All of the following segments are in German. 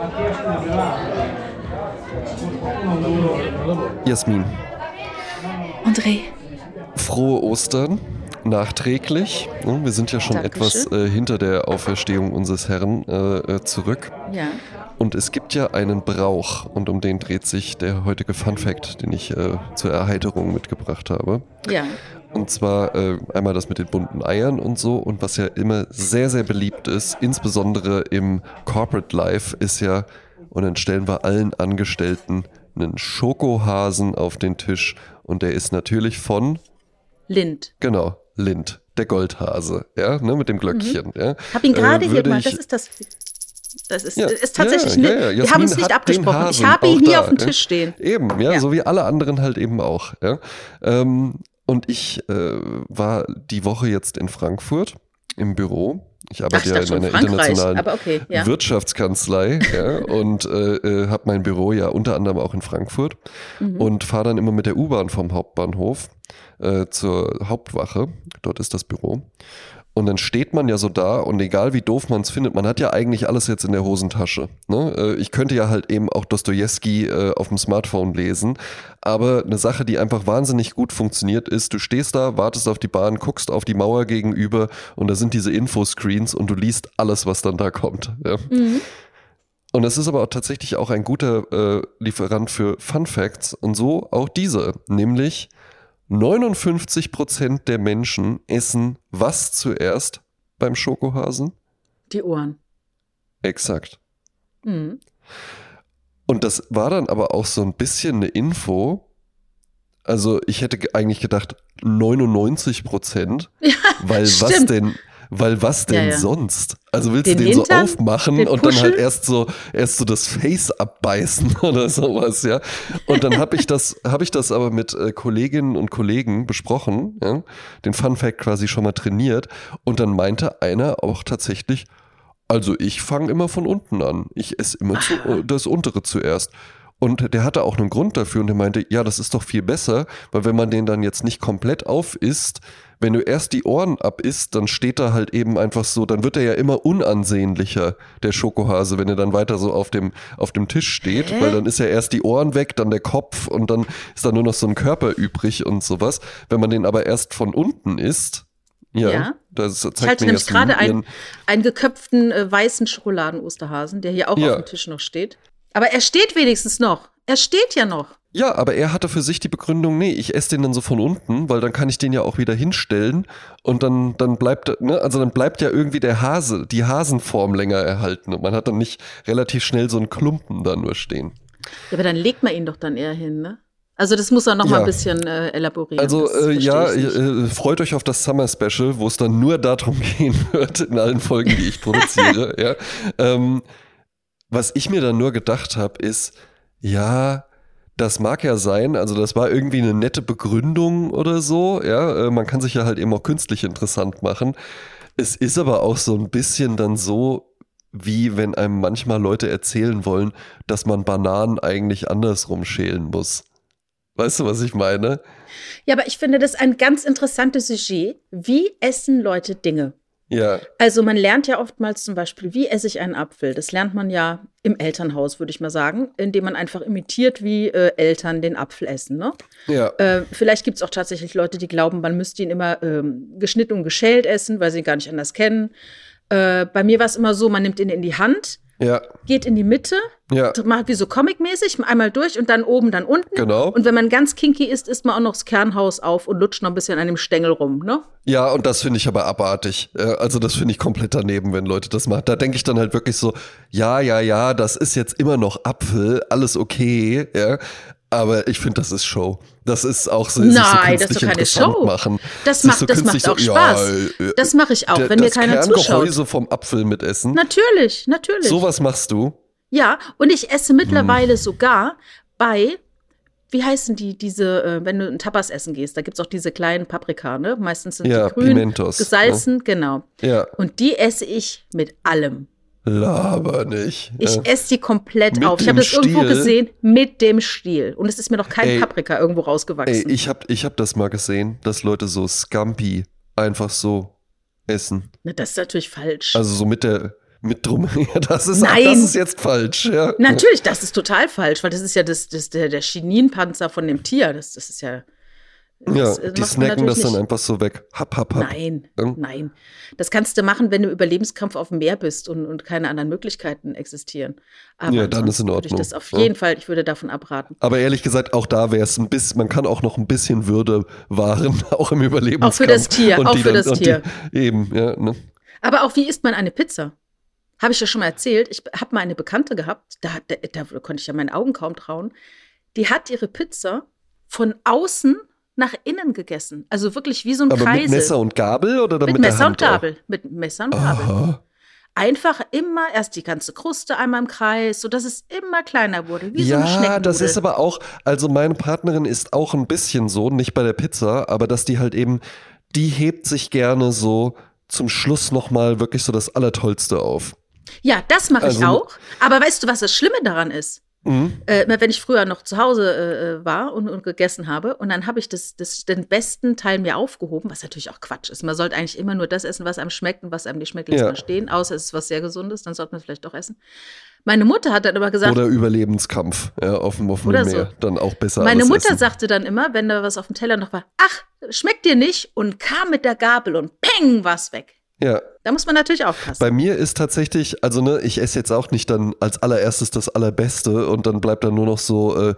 Jasmin. André. Frohe Ostern, nachträglich. Wir sind ja schon etwas hinter der Auferstehung unseres Herrn zurück. Ja. Und es gibt ja einen Brauch, und um den dreht sich der heutige Funfact, den ich zur Erheiterung mitgebracht habe. Ja. Und zwar einmal das mit den bunten Eiern und so. Und was ja immer sehr, sehr beliebt ist, insbesondere im Corporate Life, ist ja, und dann stellen wir allen Angestellten einen Schokohasen auf den Tisch. Und der ist natürlich von Lind. Genau, Lind, der Goldhase, ja, ne, mit dem Glöckchen. Ja. Hab ihn gerade hier mal, das ist tatsächlich, wir haben uns nicht abgesprochen. Ich habe ihn hier auf dem Tisch stehen. Eben, ja, so wie alle anderen halt eben auch. Ja. Und ich war die Woche jetzt in Frankfurt im Büro. Ich arbeite ja in einer internationalen Wirtschaftskanzlei und habe mein Büro ja unter anderem auch in Frankfurt und fahre dann immer mit der U-Bahn vom Hauptbahnhof zur Hauptwache. Dort ist das Büro. Und dann steht man ja so da und egal wie doof man es findet, man hat ja eigentlich alles jetzt in der Hosentasche. Ne? Ich könnte ja halt eben auch Dostojewski auf dem Smartphone lesen, aber eine Sache, die einfach wahnsinnig gut funktioniert ist, du stehst da, wartest auf die Bahn, guckst auf die Mauer gegenüber und da sind diese Infoscreens und du liest alles, was dann da kommt. Ja? Und das ist aber auch tatsächlich auch ein guter Lieferant für Fun Facts und so auch diese, nämlich 59% der Menschen essen was zuerst beim Schokohasen? Die Ohren. Exakt. Und das war dann aber auch so ein bisschen eine Info. Also ich hätte eigentlich gedacht 99%, weil was denn sonst? Also willst du den Hintern, so aufmachen und dann halt erst so das Face abbeißen oder sowas, ja? Und dann habe ich das aber mit Kolleginnen und Kollegen besprochen, ja? Den Fun Fact quasi schon mal trainiert und dann meinte einer auch tatsächlich, also ich fange immer von unten an. Ich esse immer das Untere zuerst. Und der hatte auch einen Grund dafür und der meinte, ja, das ist doch viel besser, weil wenn man den dann jetzt nicht komplett aufisst, wenn du erst die Ohren abisst, dann steht da halt eben einfach so, dann wird er ja immer unansehnlicher, der Schokohase, wenn er dann weiter so auf dem Tisch steht, weil dann ist ja erst die Ohren weg, dann der Kopf und dann ist da nur noch so ein Körper übrig und sowas. Wenn man den aber erst von unten isst, das zeigt ich halte nämlich gerade einen geköpften weißen Schokoladen-Osterhasen, der hier auch auf dem Tisch noch steht. Aber er steht wenigstens noch. Er steht ja noch. Ja, aber er hatte für sich die Begründung, nee, ich esse den dann so von unten, weil dann kann ich den ja auch wieder hinstellen und dann bleibt, ne, also dann bleibt ja irgendwie die Hasenform länger erhalten und man hat dann nicht relativ schnell so einen Klumpen da nur stehen. Ja, aber dann legt man ihn doch dann eher hin, ne? Also das muss er noch mal ein bisschen elaborieren. Also freut euch auf das Summer Special, wo es dann nur darum gehen wird, in allen Folgen, die ich produziere, ja. Was ich mir dann nur gedacht habe, ist, ja, das mag ja sein, also das war irgendwie eine nette Begründung oder so, ja, man kann sich ja halt eben auch künstlich interessant machen. Es ist aber auch so ein bisschen dann so, wie wenn einem manchmal Leute erzählen wollen, dass man Bananen eigentlich andersrum schälen muss. Weißt du, was ich meine? Ja, aber ich finde das ein ganz interessantes Sujet. Wie essen Leute Dinge? Ja. Also man lernt ja oftmals zum Beispiel, wie esse ich einen Apfel? Das lernt man ja im Elternhaus, würde ich mal sagen, indem man einfach imitiert, wie Eltern den Apfel essen. Ne? Ja. Vielleicht gibt es auch tatsächlich Leute, die glauben, man müsste ihn immer geschnitten und geschält essen, weil sie ihn gar nicht anders kennen. Bei mir war es immer so, man nimmt ihn in die Hand, geht in die Mitte, macht wie so comic-mäßig, einmal durch und dann oben, dann unten. Genau. Und wenn man ganz kinky isst man auch noch das Kernhaus auf und lutscht noch ein bisschen an dem Stängel rum, ne? Ja, und das finde ich aber abartig. Also das finde ich komplett daneben, wenn Leute das machen. Da denke ich dann halt wirklich so, ja, das ist jetzt immer noch Apfel, alles okay, ja. Aber ich finde, das ist Show. Das ist auch so, nein, das ist doch keine Show. Machen. Das macht auch Spaß. Das mache ich auch, wenn mir keiner zuschaut. Das Kerngehäuse vom Apfel mitessen. Natürlich. Sowas machst du? Ja, und ich esse mittlerweile sogar bei, wie heißen diese, wenn du ein Tapas essen gehst, da gibt es auch diese kleinen Paprika, ne? Meistens sind die grün, Pimentos, gesalzen, ne? Genau. Ja. Und die esse ich mit allem. Laber nicht. Ich esse die komplett auf. Ich habe das irgendwo gesehen mit dem Stiel. Und es ist mir noch kein Paprika irgendwo rausgewachsen. Ich hab das mal gesehen, dass Leute so Scampi einfach so essen. Na, das ist natürlich falsch. Also so mit der mit drum. Das ist jetzt falsch. Ja. Natürlich, das ist total falsch, weil das ist ja der Chininpanzer von dem Tier. Das ist ja. Die snacken das dann einfach so weg. Hap. Nein. Das kannst du machen, wenn du im Überlebenskampf auf dem Meer bist und keine anderen Möglichkeiten existieren. Aber dann ist in Ordnung. Würde ich das auf jeden Fall, ich würde davon abraten. Aber ehrlich gesagt, auch da wäre es ein bisschen, man kann auch noch ein bisschen Würde wahren, auch im Überlebenskampf. Auch für das Tier, eben, ja. Ne? Aber auch, wie isst man eine Pizza? Habe ich ja schon mal erzählt. Ich habe mal eine Bekannte gehabt, da konnte ich ja meinen Augen kaum trauen. Die hat ihre Pizza von außen nach innen gegessen. Also wirklich wie so ein Kreisel. Aber mit Messer und Gabel oder mit Messer und Gabel? Mit Messer und Gabel. Einfach immer erst die ganze Kruste einmal im Kreis, sodass es immer kleiner wurde, wie so eine Schneckenbude. Ja, das ist aber auch, also meine Partnerin ist auch ein bisschen so, nicht bei der Pizza, aber dass die halt eben, die hebt sich gerne so zum Schluss nochmal wirklich so das Allertollste auf. Ja, das mache ich auch. Aber weißt du, was das Schlimme daran ist? Wenn ich früher noch zu Hause war und gegessen habe und dann habe ich den besten Teil mir aufgehoben, was natürlich auch Quatsch ist. Man sollte eigentlich immer nur das essen, was einem schmeckt und was einem nicht schmeckt, lässt man stehen, außer es ist was sehr Gesundes, dann sollte man es vielleicht doch essen. Meine Mutter hat dann immer gesagt… Oder Überlebenskampf auf dem Meer, so. Dann auch besser Meine Mutter essen. Sagte dann immer, wenn da was auf dem Teller noch war, ach, schmeckt dir nicht und kam mit der Gabel und peng, war's weg. Ja. Da muss man natürlich aufpassen. Bei mir ist tatsächlich, also ich esse jetzt auch nicht dann als allererstes das Allerbeste und dann bleibt dann nur noch so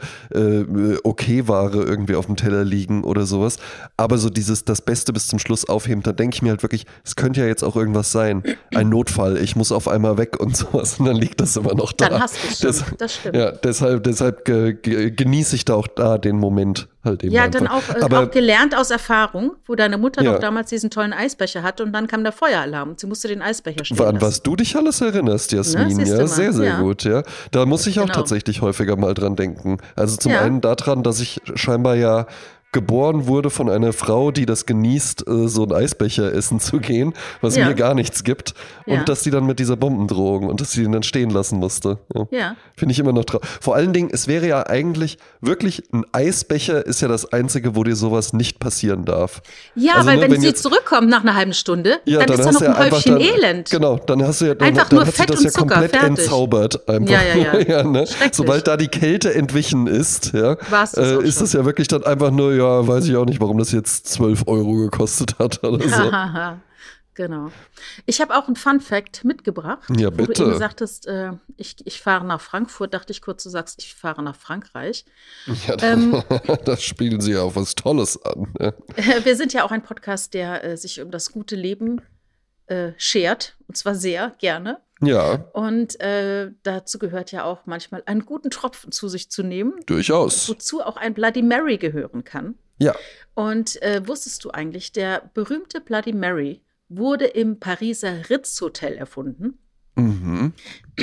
Okay-Ware irgendwie auf dem Teller liegen oder sowas. Aber so das Beste bis zum Schluss aufheben, da denke ich mir halt wirklich, es könnte ja jetzt auch irgendwas sein. Ein Notfall, ich muss auf einmal weg und sowas und dann liegt das immer noch da. Dann hast du es schon, das stimmt. Ja, deshalb genieße ich da auch da den Moment halt eben. Ja, einfach. Dann auch gelernt aus Erfahrung, wo deine Mutter doch damals diesen tollen Eisbecher hatte und dann kam der Feueralarm. Sie musste den Eisbecher stehen lassen. An was du dich alles erinnerst, Jasmin, ja, sehr, sehr gut, ja. Da muss ich auch tatsächlich häufiger mal dran denken. Also zum einen daran, dass ich scheinbar ja geboren wurde von einer Frau, die das genießt, so einen Eisbecher essen zu gehen, was mir gar nichts gibt. Und dass sie dann mit dieser Bombendrohung und dass sie den dann stehen lassen musste. Ja. Finde ich immer noch traurig. Vor allen Dingen, es wäre ja eigentlich wirklich, ein Eisbecher ist ja das Einzige, wo dir sowas nicht passieren darf. Ja, also, weil wenn sie zurückkommt nach einer halben Stunde, dann ist da noch ein Häufchen Elend. Genau, dann hast du ja einfach dann nur hat Fett sie das ja und Zucker, komplett fertig. Entzaubert. Einfach. Ja. Ne? Sobald da die Kälte entwichen ist, ist das ja wirklich dann einfach nur, weiß ich auch nicht, warum das jetzt 12 € gekostet hat oder so. Genau. Ich habe auch einen Fun-Fact mitgebracht. Ja, bitte. Wo du eben sagtest, ich fahre nach Frankfurt, dachte ich kurz, du sagst, ich fahre nach Frankreich. Ja, das spielen sie ja auch was Tolles an. Ne? Wir sind ja auch ein Podcast, der sich um das gute Leben schert, und zwar sehr gerne. Ja. Und dazu gehört ja auch manchmal einen guten Tropfen zu sich zu nehmen. Durchaus. Wozu auch ein Bloody Mary gehören kann. Ja. Und wusstest du eigentlich, der berühmte Bloody Mary wurde im Pariser Ritz-Hotel erfunden. Mhm.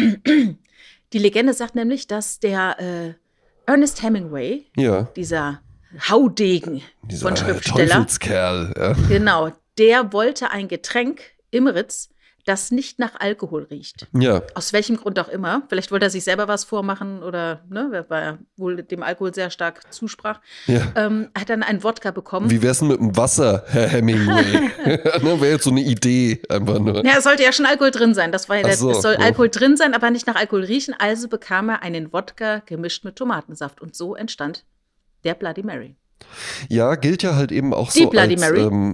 Die Legende sagt nämlich, dass der Ernest Hemingway, dieser Haudegen von Schriftsteller, Teufelskerl, genau, der wollte ein Getränk im Ritz, das nicht nach Alkohol riecht. Ja. Aus welchem Grund auch immer. Vielleicht wollte er sich selber was vormachen oder weil er wohl dem Alkohol sehr stark zusprach. Ja. Hat dann einen Wodka bekommen. Wie wär's denn mit dem Wasser, Herr Hemingway? Wäre jetzt so eine Idee einfach nur. Ja, es sollte ja schon Alkohol drin sein. Das war ja es soll Alkohol drin sein, aber nicht nach Alkohol riechen. Also bekam er einen Wodka gemischt mit Tomatensaft. Und so entstand der Bloody Mary. Ja, gilt ja halt eben auch die so Bloody als Mary.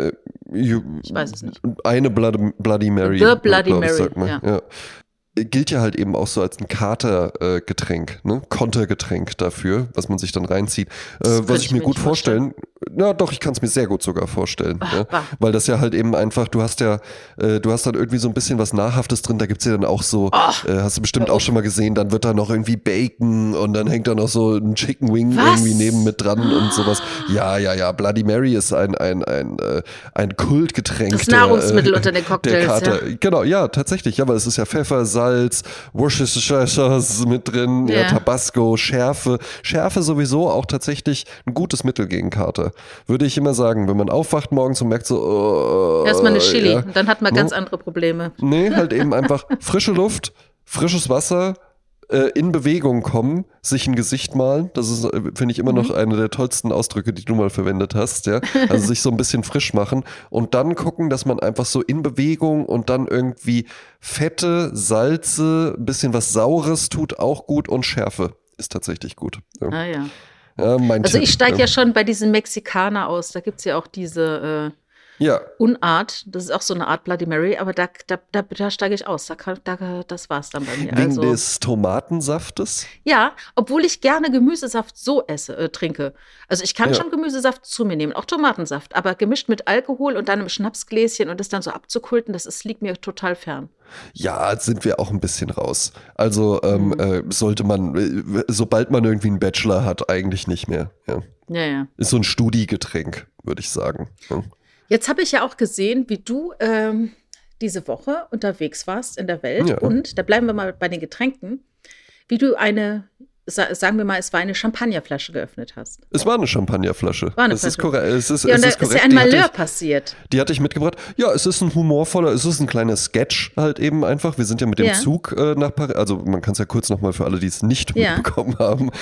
Ich weiß es nicht. Eine Bloody Mary. The Bloody Mary, ja. Gilt ja halt eben auch so als ein Katergetränk, ne? Kontergetränk dafür, was man sich dann reinzieht. Was ich mir gut vorstellen. Ja, doch, ich kann es mir sehr gut sogar vorstellen. Weil das ja halt eben einfach, du hast dann irgendwie so ein bisschen was Nahrhaftes drin, da gibt es ja dann auch so, hast du bestimmt auch schon mal gesehen, dann wird da noch irgendwie Bacon und dann hängt da noch so ein Chicken Wing irgendwie neben mit dran und sowas. Ja, Bloody Mary ist ein Kultgetränk. Das Nahrungsmittel unter den Cocktails. Der Kater. Ja. Genau, ja, tatsächlich, ja, weil es ist ja Pfeffer, Salz, Worcestershire mit drin, Tabasco, Schärfe. Schärfe sowieso auch tatsächlich ein gutes Mittel gegen Kater. Würde ich immer sagen, wenn man aufwacht morgens und merkt so, erstmal eine Chili, und dann hat man ganz andere Probleme. Nee, halt eben einfach frische Luft, frisches Wasser, in Bewegung kommen, sich ein Gesicht malen. Das ist, finde ich, immer noch einer der tollsten Ausdrücke, die du mal verwendet hast. Ja? Also sich so ein bisschen frisch machen und dann gucken, dass man einfach so in Bewegung und dann irgendwie Fette, Salze, ein bisschen was Saures tut auch gut und Schärfe ist tatsächlich gut. Ja. Ah ja. Ja, also ich steige ja schon bei diesen Mexikaner aus. Da gibt es ja auch diese Unart. Das ist auch so eine Art Bloody Mary, aber da steige ich aus. Das war's dann bei mir. Wegen des Tomatensaftes? Ja, obwohl ich gerne Gemüsesaft so trinke. Also ich kann schon Gemüsesaft zu mir nehmen, auch Tomatensaft, aber gemischt mit Alkohol und dann im Schnapsgläschen und das dann so abzukulten, liegt mir total fern. Ja, jetzt sind wir auch ein bisschen raus. Also sollte man, sobald man irgendwie einen Bachelor hat, eigentlich nicht mehr. Ja. Ist so ein Studi-Getränk, würde ich sagen. Ja. Jetzt habe ich ja auch gesehen, wie du diese Woche unterwegs warst in der Welt. Ja. Und da bleiben wir mal bei den Getränken, wie du sagen wir mal, es war eine Champagnerflasche geöffnet hast. Es war eine Champagnerflasche. Das ist korrekt. Es ist korrekt. Ist ja ein Malheur passiert. Die hatte ich mitgebracht. Ja, es ist ein ein kleiner Sketch halt eben einfach. Wir sind ja mit dem Zug nach Paris, also man kann es ja kurz nochmal für alle, die es nicht mitbekommen haben.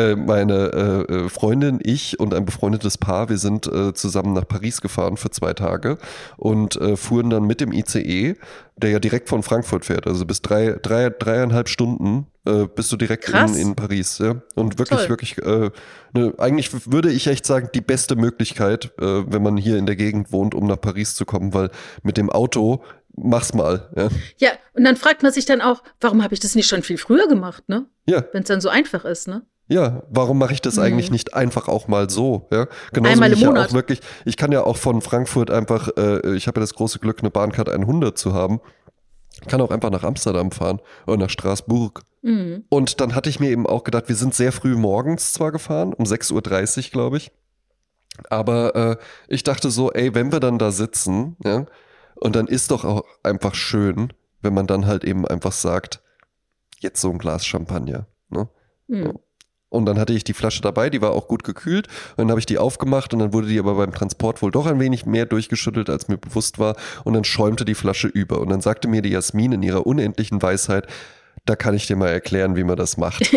Meine Freundin, ich und ein befreundetes Paar, wir sind zusammen nach Paris gefahren für 2 Tage und fuhren dann mit dem ICE, der ja direkt von Frankfurt fährt, also bis 3,5 Stunden bist du direkt in Paris. Ja? Und wirklich, eigentlich würde ich echt sagen, die beste Möglichkeit, wenn man hier in der Gegend wohnt, um nach Paris zu kommen, weil mit dem Auto, mach's mal. Ja, und dann fragt man sich dann auch, warum habe ich das nicht schon viel früher gemacht, ne? Ja. Wenn es dann so einfach ist, ne? Ja, warum mache ich das eigentlich nicht einfach auch mal so? Ja? Genauso einmal wie ich im Monat. Ja auch wirklich, ich kann ja auch von Frankfurt einfach, ich habe ja das große Glück, eine Bahncard 100 zu haben. Ich kann auch einfach nach Amsterdam fahren oder nach Straßburg. Mhm. Und dann hatte ich mir eben auch gedacht, wir sind sehr früh morgens zwar gefahren, um 6:30 Uhr, glaube ich. Aber ich dachte so, wenn wir dann da sitzen, ja, und dann ist doch auch einfach schön, wenn man dann halt eben einfach sagt, jetzt so ein Glas Champagner. Ne? Mhm. Ja. Und dann hatte ich die Flasche dabei, die war auch gut gekühlt. Und dann habe ich die aufgemacht und dann wurde die aber beim Transport wohl doch ein wenig mehr durchgeschüttelt, als mir bewusst war. Und dann schäumte die Flasche über. Und dann sagte mir die Jasmin in ihrer unendlichen Weisheit, da kann ich dir mal erklären, wie man das macht.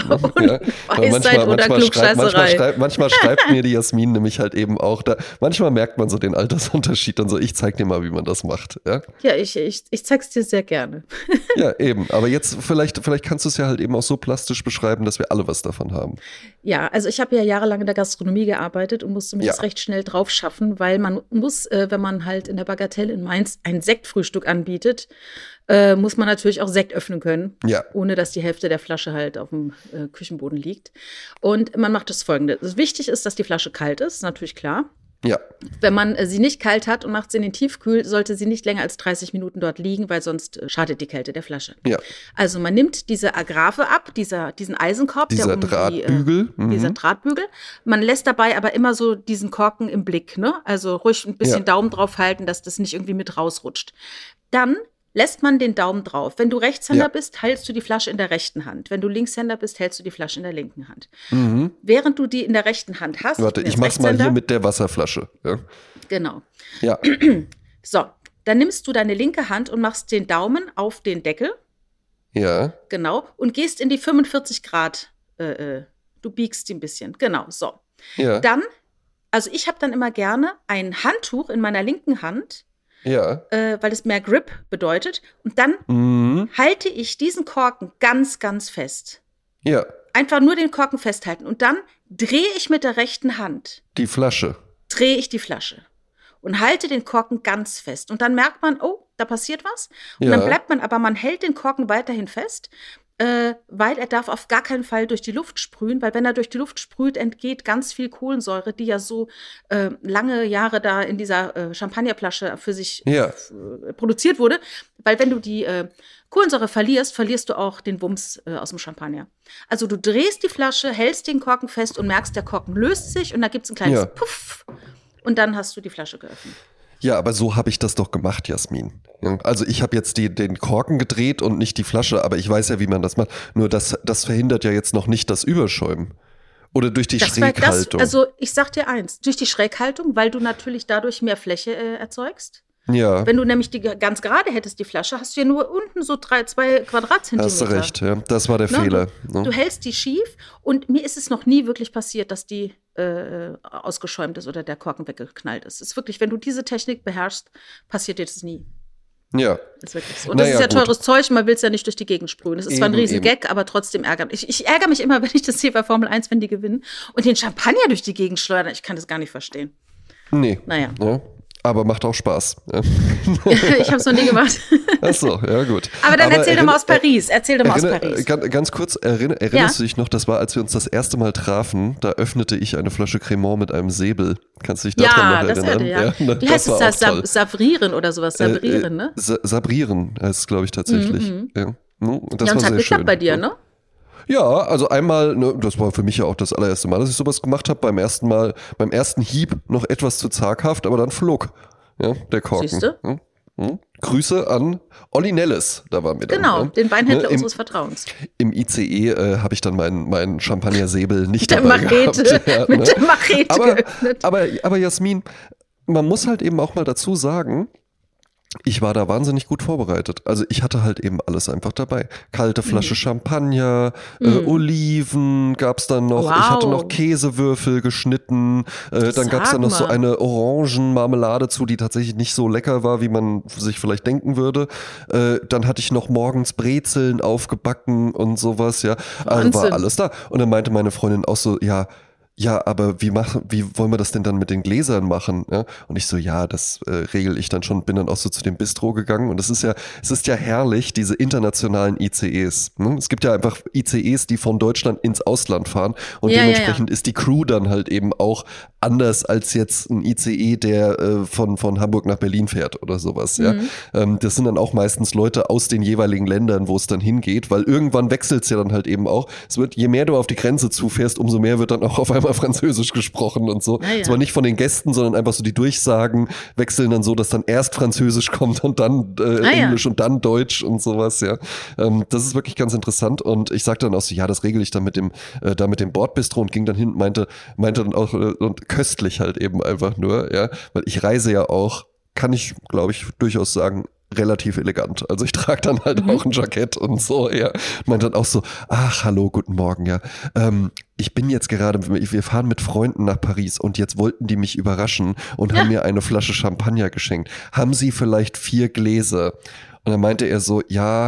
Manchmal schreibt mir die Jasmin nämlich halt eben auch, manchmal merkt man so den Altersunterschied und so, ich zeig dir mal, wie man das macht. Ja, ich zeig's dir sehr gerne. Ja, eben. Aber jetzt vielleicht kannst du es ja halt eben auch so plastisch beschreiben, dass wir alle was davon haben. Ja, also ich habe ja jahrelang in der Gastronomie gearbeitet und musste mir das recht schnell drauf schaffen, weil man muss, wenn man halt in der Bagatelle in Mainz ein Sektfrühstück anbietet, muss man natürlich auch Sekt öffnen können, ohne dass die Hälfte der Flasche halt auf dem Küchenboden liegt. Und man macht das Folgende. Wichtig ist, dass die Flasche kalt ist, natürlich klar. Ja. Wenn man sie nicht kalt hat und macht sie in den Tiefkühl, sollte sie nicht länger als 30 Minuten dort liegen, weil sonst schadet die Kälte der Flasche. Ja. Also man nimmt diese Agrave ab, diesen Eisenkorb. Dieser Drahtbügel. Dieser Drahtbügel. Man lässt dabei aber immer so diesen Korken im Blick, ne? Also ruhig ein bisschen Daumen drauf halten, dass das nicht irgendwie mit rausrutscht. Dann lässt man den Daumen drauf. Wenn du Rechtshänder bist, hältst du die Flasche in der rechten Hand. Wenn du Linkshänder bist, hältst du die Flasche in der linken Hand. Mhm. Während du die in der rechten Hand hast. Warte, ich mach's mal hier mit der Wasserflasche. Ja. Genau. Ja. So, dann nimmst du deine linke Hand und machst den Daumen auf den Deckel. Ja. Genau. Und gehst in die 45 Grad. Du biegst die ein bisschen. Genau, so. Ja. Dann, also ich habe dann immer gerne ein Handtuch in meiner linken Hand. Ja. Weil es mehr Grip bedeutet. Und dann halte ich diesen Korken ganz, ganz fest. Ja. Einfach nur den Korken festhalten. Und dann drehe ich mit der rechten Hand. Die Flasche. Drehe ich die Flasche. Und halte den Korken ganz fest. Und dann merkt man, oh, da passiert was. Und dann bleibt man hält den Korken weiterhin fest. Weil er darf auf gar keinen Fall durch die Luft sprühen, weil wenn er durch die Luft sprüht, entgeht ganz viel Kohlensäure, die ja so lange Jahre da in dieser Champagnerflasche für sich produziert wurde. Weil wenn du die Kohlensäure verlierst du auch den Wumms aus dem Champagner. Also du drehst die Flasche, hältst den Korken fest und merkst, der Korken löst sich und da gibt es ein kleines Puff und dann hast du die Flasche geöffnet. Ja, aber so habe ich das doch gemacht, Jasmin. Also ich habe jetzt den Korken gedreht und nicht die Flasche, aber ich weiß ja, wie man das macht. Nur das verhindert ja jetzt noch nicht das Überschäumen. Oder durch die Schräghaltung. Also ich sag dir eins, durch die Schräghaltung, weil du natürlich dadurch mehr Fläche erzeugst. Ja. Wenn du nämlich die ganz gerade hättest, die Flasche, hast du ja nur unten so 2 Quadratzentimeter. Hast du recht, ja. Das war der Fehler. Du hältst die schief und mir ist es noch nie wirklich passiert, dass die ausgeschäumt ist oder der Korken weggeknallt ist. Es ist wirklich, wenn du diese Technik beherrschst, passiert dir das nie. Ja. Das ist wirklich so. Und das ist ja teures Zeug, man will es ja nicht durch die Gegend sprühen. Das ist zwar ein riesen Gag, aber trotzdem ärgert mich. Ich ärgere mich immer, wenn ich das sehe bei Formel 1, wenn die gewinnen und den Champagner durch die Gegend schleudern. Ich kann das gar nicht verstehen. Nee. Naja. Ja. Aber macht auch Spaß. Ja. Ich habe es noch nie gemacht. Ach so, ja gut. Aber dann erzähl doch mal aus Paris. Ganz kurz, erinnerst du dich noch, das war, als wir uns das erste Mal trafen, da öffnete ich eine Flasche Cremant mit einem Säbel. Kannst du dich daran noch erinnern? Ja. Wie heißt es? Sabrieren oder sowas? Sabrieren, ne? Sabrieren heißt es, glaube ich, tatsächlich. Ja. Das und war hat sehr geklappt schön. bei dir, ne? Ja, also einmal, ne, das war für mich ja auch das allererste Mal, dass ich sowas gemacht habe. Beim ersten Hieb noch etwas zu zaghaft, aber dann flog der Korken. Siehste? Grüße an Olli Nelles, da waren wir dann. Genau, den Weinhändler unseres Vertrauens. Im ICE habe ich dann meinen Champagnersäbel nicht dabei gehabt. Mit der Machete geöffnet. Aber Jasmin, man muss halt eben auch mal dazu sagen, ich war da wahnsinnig gut vorbereitet. Also ich hatte halt eben alles einfach dabei. Kalte Flasche Champagner, Oliven gab's dann noch. Wow. Ich hatte noch Käsewürfel geschnitten. Dann gab's dann noch so eine Orangenmarmelade zu, die tatsächlich nicht so lecker war, wie man sich vielleicht denken würde. Dann hatte ich noch morgens Brezeln aufgebacken und sowas, ja. Also war alles da. Und dann meinte meine Freundin auch so, ja, aber wie wollen wir das denn dann mit den Gläsern machen? Ja? Und ich so, das regel ich dann schon, bin dann auch so zu dem Bistro gegangen. Und es ist ja herrlich, diese internationalen ICEs. Ne? Es gibt ja einfach ICEs, die von Deutschland ins Ausland fahren. Und dementsprechend ist die Crew dann halt eben auch anders als jetzt ein ICE, der von Hamburg nach Berlin fährt oder sowas. Ja? Das sind dann auch meistens Leute aus den jeweiligen Ländern, wo es dann hingeht, weil irgendwann wechselt es ja dann halt eben auch. Je mehr du auf die Grenze zufährst, umso mehr wird dann auch auf einmal Französisch gesprochen und so. Zwar nicht von den Gästen, sondern einfach so die Durchsagen wechseln dann so, dass dann erst Französisch kommt und dann Englisch und dann Deutsch und sowas, ja. Das ist wirklich ganz interessant und ich sagte dann auch so, das regel ich dann mit dem Bordbistro und ging dann hin, meinte dann auch, und köstlich halt eben einfach nur, ja, weil ich reise ja auch, kann ich, glaube ich, durchaus sagen, relativ elegant. Also ich trage dann halt auch ein Jackett und so, ja. Meint dann auch so, hallo, guten Morgen, ja. Ich bin jetzt gerade, wir fahren mit Freunden nach Paris und jetzt wollten die mich überraschen und haben mir eine Flasche Champagner geschenkt. Haben Sie vielleicht 4 Gläser? Und dann meinte er so,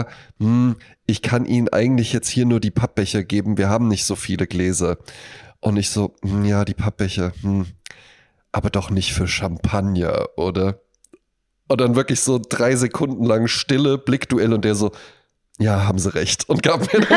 ich kann Ihnen eigentlich jetzt hier nur die Pappbecher geben, wir haben nicht so viele Gläser. Und ich so, die Pappbecher, aber doch nicht für Champagner, oder? Und dann wirklich so 3 Sekunden lang Stille, Blickduell und der so, haben sie recht. Und gab mir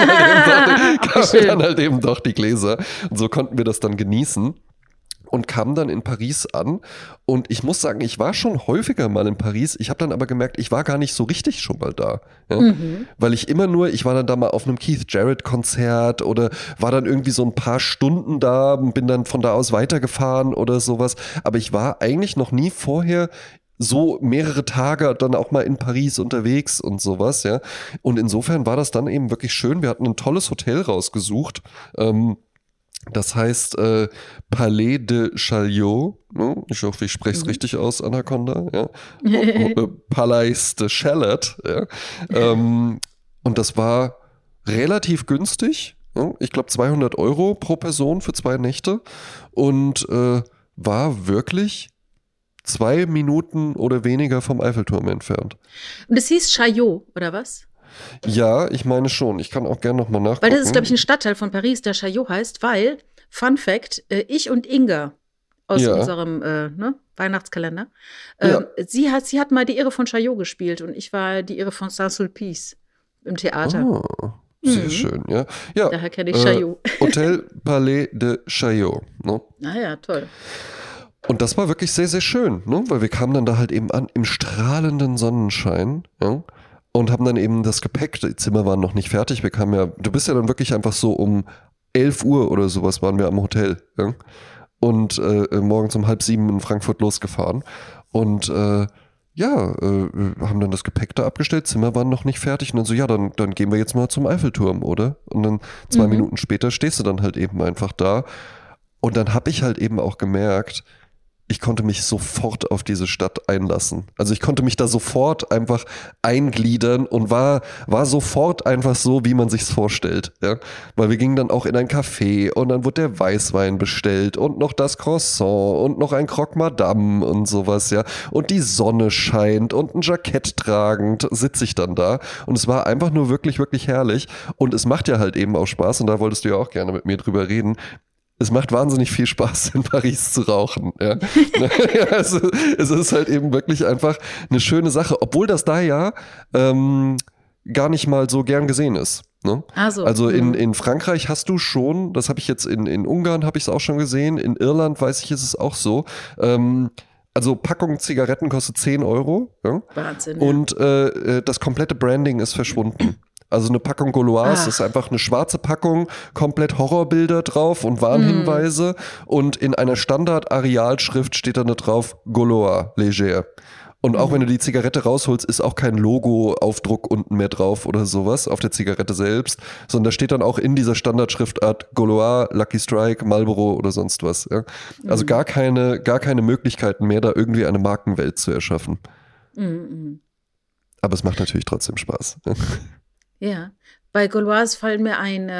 dann halt eben doch die Gläser. Und so konnten wir das dann genießen und kamen dann in Paris an. Und ich muss sagen, ich war schon häufiger mal in Paris. Ich habe dann aber gemerkt, ich war gar nicht so richtig schon mal da. Ja? Weil ich war dann da mal auf einem Keith Jarrett-Konzert oder war dann irgendwie so ein paar Stunden da, bin dann von da aus weitergefahren oder sowas. Aber ich war eigentlich noch nie vorher so mehrere Tage dann auch mal in Paris unterwegs und sowas, ja. Und insofern war das dann eben wirklich schön. Wir hatten ein tolles Hotel rausgesucht. Das heißt Palais de Chaillot. Ne? Ich hoffe, ich spreche es richtig aus, Anaconda. Ja. Palais de Chaillot. Ja. Und das war relativ günstig. Ja. Ich glaube 200 € pro Person für 2 Nächte. Und war wirklich 2 Minuten oder weniger vom Eiffelturm entfernt. Und es hieß Chaillot, oder was? Ja, ich meine schon. Ich kann auch gerne nochmal nachgucken. Weil das ist, glaube ich, ein Stadtteil von Paris, der Chaillot heißt, weil, Fun Fact, ich und Inga aus unserem Weihnachtskalender, sie hat mal die Irre von Chaillot gespielt und ich war die Irre von Saint-Sulpice im Theater. Oh, sehr schön, ja. Daher kenne ich Chaillot. Hotel Palais de Chaillot. Ne? Toll. Und das war wirklich sehr, sehr schön, ne? Weil wir kamen dann da halt eben an im strahlenden Sonnenschein, ja? Und haben dann eben das Gepäck, die Zimmer waren noch nicht fertig, du bist ja dann wirklich einfach so um 11 Uhr oder sowas waren wir am Hotel, ja? Und morgens um 6:30 in Frankfurt losgefahren und haben dann das Gepäck da abgestellt, Zimmer waren noch nicht fertig und dann so, dann gehen wir jetzt mal zum Eiffelturm, oder? Und dann 2 Minuten später stehst du dann halt eben einfach da und dann habe ich halt eben auch gemerkt, ich konnte mich sofort auf diese Stadt einlassen. Also ich konnte mich da sofort einfach eingliedern und war sofort einfach so, wie man sich's vorstellt. Ja? Weil wir gingen dann auch in ein Café und dann wurde der Weißwein bestellt und noch das Croissant und noch ein Croque Madame und sowas, ja. Und die Sonne scheint und ein Jackett tragend sitze ich dann da und es war einfach nur wirklich, wirklich herrlich und es macht ja halt eben auch Spaß und da wolltest du ja auch gerne mit mir drüber reden. Es macht wahnsinnig viel Spaß, in Paris zu rauchen. Ja. Also, es ist halt eben wirklich einfach eine schöne Sache, obwohl das da ja gar nicht mal so gern gesehen ist. Ne? Also in Frankreich hast du schon, das habe ich jetzt in Ungarn habe ich es auch schon gesehen, in Irland weiß ich, ist es auch so. Also Packung Zigaretten kostet 10 €. Ja? Wahnsinn. Und das komplette Branding ist verschwunden. Also eine Packung Gauloise ist einfach eine schwarze Packung, komplett Horrorbilder drauf und Warnhinweise und in einer Standard-Arealschrift steht da drauf Gaulois, léger. Und auch wenn du die Zigarette rausholst, ist auch kein Logo-Aufdruck unten mehr drauf oder sowas auf der Zigarette selbst, sondern da steht dann auch in dieser Standardschriftart Gaulois, Lucky Strike, Marlboro oder sonst was. Ja? Also gar keine Möglichkeiten mehr, da irgendwie eine Markenwelt zu erschaffen. Aber es macht natürlich trotzdem Spaß. Ja, bei Gauloise fallen mir ein,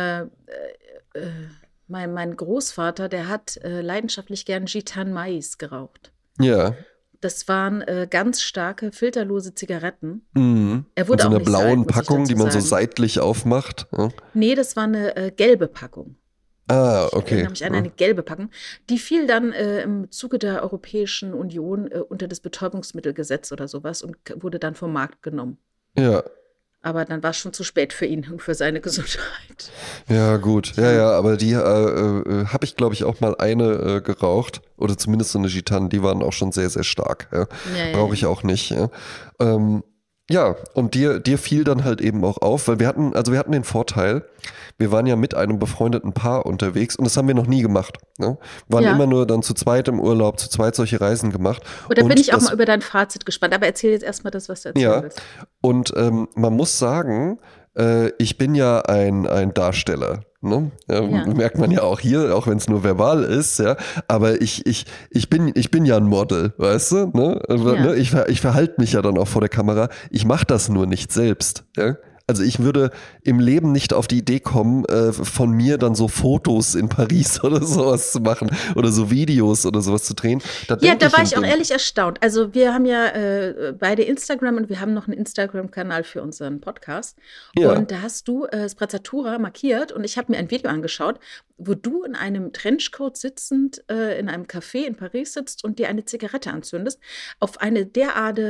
mein Großvater, der hat leidenschaftlich gern Gitane Mais geraucht. Ja. Das waren ganz starke, filterlose Zigaretten. Er wurde auch so eine blauen Packung, die man so seitlich aufmacht. Ja. Nee, das war eine gelbe Packung. Ah, okay. Ich erinnere mich an eine gelbe Packung. Die fiel dann im Zuge der Europäischen Union unter das Betäubungsmittelgesetz oder sowas und wurde dann vom Markt genommen. Ja. Aber dann war es schon zu spät für ihn und für seine Gesundheit. Ja, gut. Ja, aber die habe ich, glaube ich, auch mal eine geraucht. Oder zumindest so eine Gitane, die waren auch schon sehr, sehr stark. Ja. Brauche ich auch nicht. Ja, ja, und dir fiel dann halt eben auch auf, weil wir hatten den Vorteil, wir waren ja mit einem befreundeten Paar unterwegs und das haben wir noch nie gemacht. Ne? Wir waren immer nur dann zu zweit im Urlaub, zu zweit solche Reisen gemacht. Oder bin ich auch mal über dein Fazit gespannt, aber erzähl jetzt erstmal das, was du erzählen willst. Und man muss sagen, ich bin ja ein Darsteller. Ne? Merkt man ja auch hier, auch wenn es nur verbal ist, ja. Aber ich bin ja ein Model, weißt du? Ne? Ja. Ich verhalte mich ja dann auch vor der Kamera. Ich mache das nur nicht selbst. Ja? Also ich würde im Leben nicht auf die Idee kommen, von mir dann so Fotos in Paris oder sowas zu machen oder so Videos oder sowas zu drehen. Da war ich auch ehrlich erstaunt. Also wir haben ja beide Instagram und wir haben noch einen Instagram-Kanal für unseren Podcast. Ja. Und da hast du Sprezzatura markiert und ich habe mir ein Video angeschaut, wo du in einem Trenchcoat sitzend in einem Café in Paris sitzt und dir eine Zigarette anzündest. Auf eine derart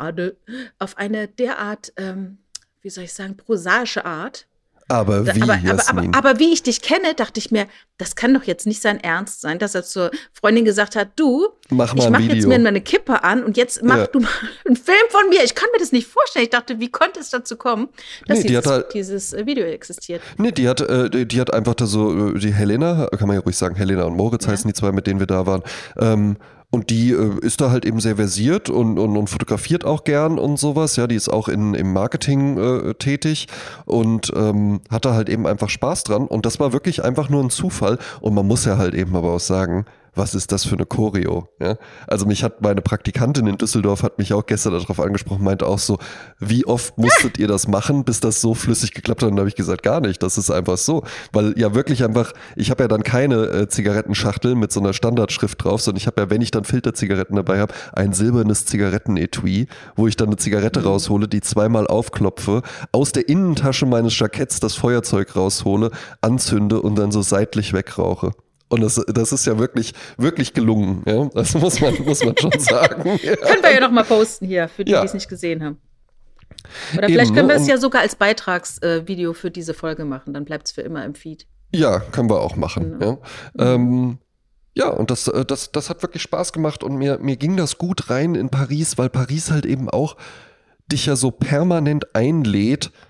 wie soll ich sagen, prosaische Art. Aber wie, aber wie ich dich kenne, dachte ich mir, das kann doch jetzt nicht sein Ernst sein, dass er zur Freundin gesagt hat, du, ich mache jetzt mir eine Kippe an und jetzt mach du mal einen Film von mir. Ich kann mir das nicht vorstellen. Ich dachte, wie konnte es dazu kommen, dass dieses Video existiert? Nee, die hat einfach da so, die Helena, kann man ja ruhig sagen, Helena und Moritz heißen die zwei, mit denen wir da waren, und die ist da halt eben sehr versiert und fotografiert auch gern und sowas. Ja, die ist auch im Marketing tätig und hat da halt eben einfach Spaß dran. Und das war wirklich einfach nur ein Zufall. Und man muss ja halt eben aber auch sagen, was ist das für eine Choreo? Ja? Also mich hat meine Praktikantin in Düsseldorf hat mich auch gestern darauf angesprochen, meinte auch so, wie oft musstet ihr das machen, bis das so flüssig geklappt hat? Und da habe ich gesagt, gar nicht, das ist einfach so. Weil ja wirklich einfach, ich habe ja dann keine Zigarettenschachtel mit so einer Standardschrift drauf, sondern ich habe ja, wenn ich dann Filterzigaretten dabei habe, ein silbernes Zigarettenetui, wo ich dann eine Zigarette raushole, die zweimal aufklopfe, aus der Innentasche meines Jacketts das Feuerzeug raushole, anzünde und dann so seitlich wegrauche. Und das ist ja wirklich, wirklich gelungen. Ja? Das muss man schon sagen. Ja. Können wir ja noch mal posten hier, für die, die es nicht gesehen haben. Oder vielleicht können wir es ja sogar als Beitragsvideo für diese Folge machen. Dann bleibt es für immer im Feed. Ja, können wir auch machen. Genau. Ja, und das hat wirklich Spaß gemacht. Und mir ging das gut rein in Paris, weil Paris halt eben auch dich ja so permanent einlädt,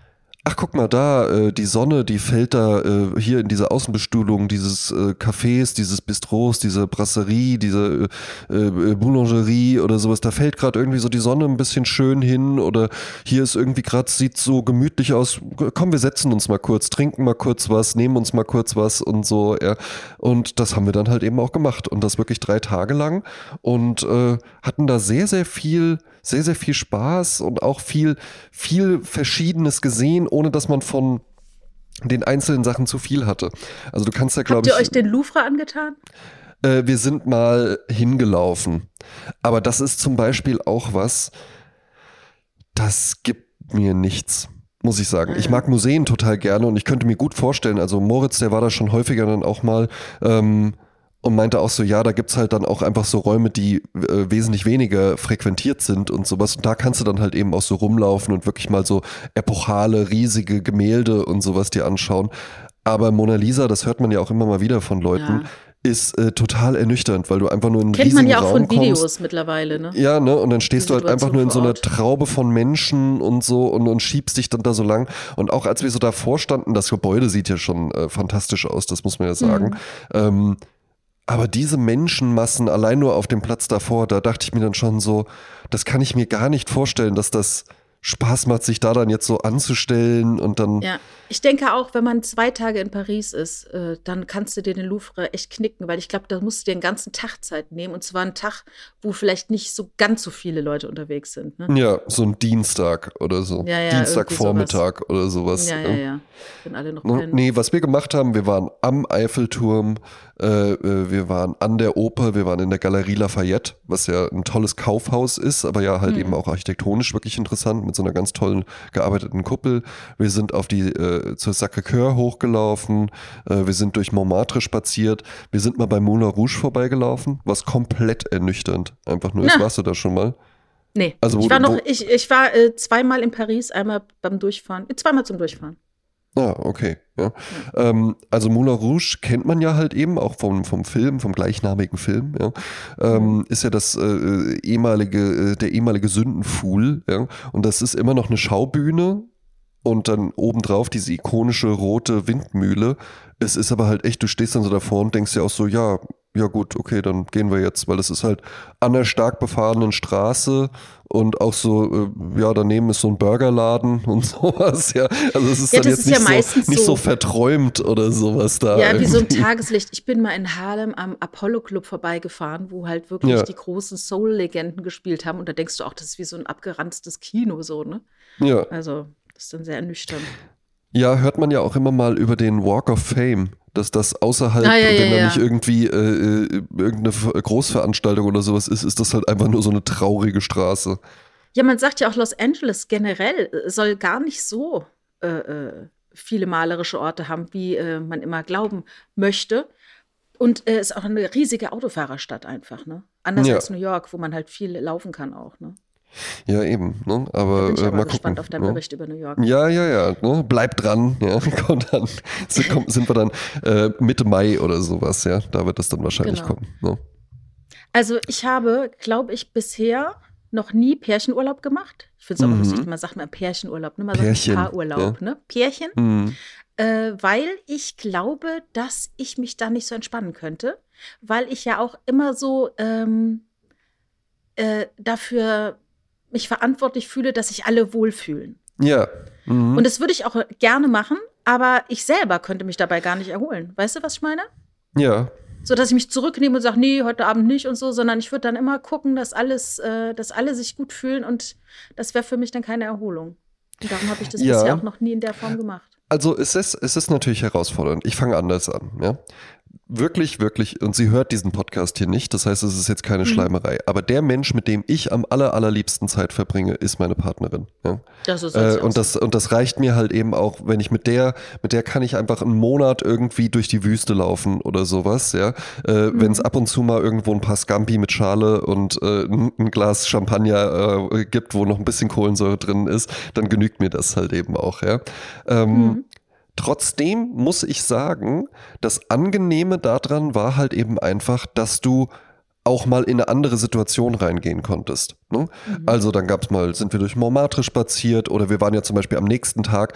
ach guck mal da, die Sonne, die fällt da hier in diese Außenbestuhlung dieses Cafés, dieses Bistros, diese Brasserie, diese Boulangerie oder sowas, da fällt gerade irgendwie so die Sonne ein bisschen schön hin oder hier ist irgendwie gerade, sieht so gemütlich aus, komm, wir setzen uns mal kurz, trinken mal kurz was, nehmen uns mal kurz was und so, ja. Und das haben wir dann halt eben auch gemacht und das wirklich 3 Tage lang und hatten da sehr, sehr viel Spaß und auch viel Verschiedenes gesehen, ohne dass man von den einzelnen Sachen zu viel hatte. Also du kannst ja, glaube ich... Habt ihr euch den Louvre angetan? Wir sind mal hingelaufen. Aber das ist zum Beispiel auch was, das gibt mir nichts, muss ich sagen. Ich mag Museen total gerne und ich könnte mir gut vorstellen, also Moritz, der war da schon häufiger dann auch mal und meinte auch so, ja, da gibt's halt dann auch einfach so Räume, die wesentlich weniger frequentiert sind und sowas. Und da kannst du dann halt eben auch so rumlaufen und wirklich mal so epochale, riesige Gemälde und sowas dir anschauen. Aber Mona Lisa, das hört man ja auch immer mal wieder von Leuten, ist total ernüchternd, weil du einfach nur in einen riesigen Raum kommst. Kennt man ja auch von Videos mittlerweile, ne? Ja, ne? Und dann stehst du halt einfach nur in so einer Traube von Menschen und so und schiebst dich dann da so lang. Und auch als wir so davor standen, das Gebäude sieht ja schon fantastisch aus, das muss man ja sagen. Aber diese Menschenmassen allein nur auf dem Platz davor, da dachte ich mir dann schon so, das kann ich mir gar nicht vorstellen, dass das Spaß macht, sich da dann jetzt so anzustellen und dann... Ja, ich denke auch, wenn man 2 Tage in Paris ist, dann kannst du dir den Louvre echt knicken, weil ich glaube, da musst du dir einen ganzen Tag Zeit nehmen und zwar einen Tag, wo vielleicht nicht so ganz so viele Leute unterwegs sind. Ne? Ja, so ein Dienstag oder so. Ja, Dienstagvormittag oder sowas. Ja. Wenn alle noch Nee, was wir gemacht haben, wir waren am Eiffelturm, wir waren an der Oper, wir waren in der Galerie Lafayette, was ja ein tolles Kaufhaus ist, aber ja halt eben auch architektonisch wirklich interessant, mit so einer ganz tollen gearbeiteten Kuppel. Wir sind auf die zur Sacré-Cœur hochgelaufen, wir sind durch Montmartre spaziert, wir sind mal bei Moulin Rouge vorbeigelaufen, was komplett ernüchternd einfach nur ist. Warst du da schon mal? Nee, also, ich war 2-mal in Paris, einmal beim Durchfahren, 2-mal zum Durchfahren. Ah, okay. Ja. Also Moulin Rouge kennt man ja halt eben auch vom Film, vom gleichnamigen Film. Ja. Ist ja das der ehemalige Sündenpfuhl. Ja. Und das ist immer noch eine Schaubühne und dann obendrauf diese ikonische rote Windmühle. Es ist aber halt echt, du stehst dann so davor und denkst dir auch so, ja gut, okay, dann gehen wir jetzt, weil es ist halt an einer stark befahrenen Straße und auch so, daneben ist so ein Burgerladen und sowas, ja. Also es ist dann jetzt nicht so verträumt oder sowas da. Ja, irgendwie. Wie so ein Tageslicht. Ich bin mal in Harlem am Apollo Club vorbeigefahren, wo halt wirklich die großen Soul-Legenden gespielt haben und da denkst du auch, das ist wie so ein abgeranztes Kino so, ne? Ja. Also, das ist dann sehr ernüchternd. Ja, hört man ja auch immer mal über den Walk of Fame, dass das außerhalb, wenn da nicht irgendwie irgendeine Großveranstaltung oder sowas ist das halt einfach nur so eine traurige Straße. Ja, man sagt ja auch, Los Angeles generell soll gar nicht so viele malerische Orte haben, wie man immer glauben möchte. Und ist auch eine riesige Autofahrerstadt einfach, ne? Anders als New York, wo man halt viel laufen kann auch, ne? Ja, eben. Ne? Aber bin ich mal gespannt gucken, auf deinen Bericht über New York. Ja. Ne? Bleib dran. Ja. Und dann sind wir dann Mitte Mai oder sowas. Ja, da wird es dann wahrscheinlich kommen. Ne? Also ich habe, glaube ich, bisher noch nie Pärchenurlaub gemacht. Ich finde es auch lustig, man sagt mal Pärchenurlaub, ne? Man sagt Paarurlaub, ne? Pärchen. Weil ich glaube, dass ich mich da nicht so entspannen könnte. Weil ich ja auch immer so dafür mich verantwortlich fühle, dass sich alle wohlfühlen. Ja. Und das würde ich auch gerne machen, aber ich selber könnte mich dabei gar nicht erholen. Weißt du, was ich meine? Ja. So, dass ich mich zurücknehme und sage, nee, heute Abend nicht und so, sondern ich würde dann immer gucken, dass alle sich gut fühlen und das wäre für mich dann keine Erholung. Und darum habe ich das bisher auch noch nie in der Form gemacht. Also es ist natürlich herausfordernd. Ich fange anders an, ja. Wirklich, wirklich, und sie hört diesen Podcast hier nicht, das heißt, es ist jetzt keine Schleimerei, aber der Mensch, mit dem ich am allerliebsten Zeit verbringe, ist meine Partnerin. Ja? Das ist und das reicht mir halt eben auch, wenn ich mit der kann ich einfach einen Monat irgendwie durch die Wüste laufen oder sowas, ja. Wenn es ab und zu mal irgendwo ein paar Scampi mit Schale und ein Glas Champagner gibt, wo noch ein bisschen Kohlensäure drin ist, dann genügt mir das halt eben auch, ja. Trotzdem muss ich sagen, das Angenehme daran war halt eben einfach, dass du auch mal in eine andere Situation reingehen konntest. Ne? Also dann sind wir durch Montmartre spaziert oder wir waren ja zum Beispiel am nächsten Tag,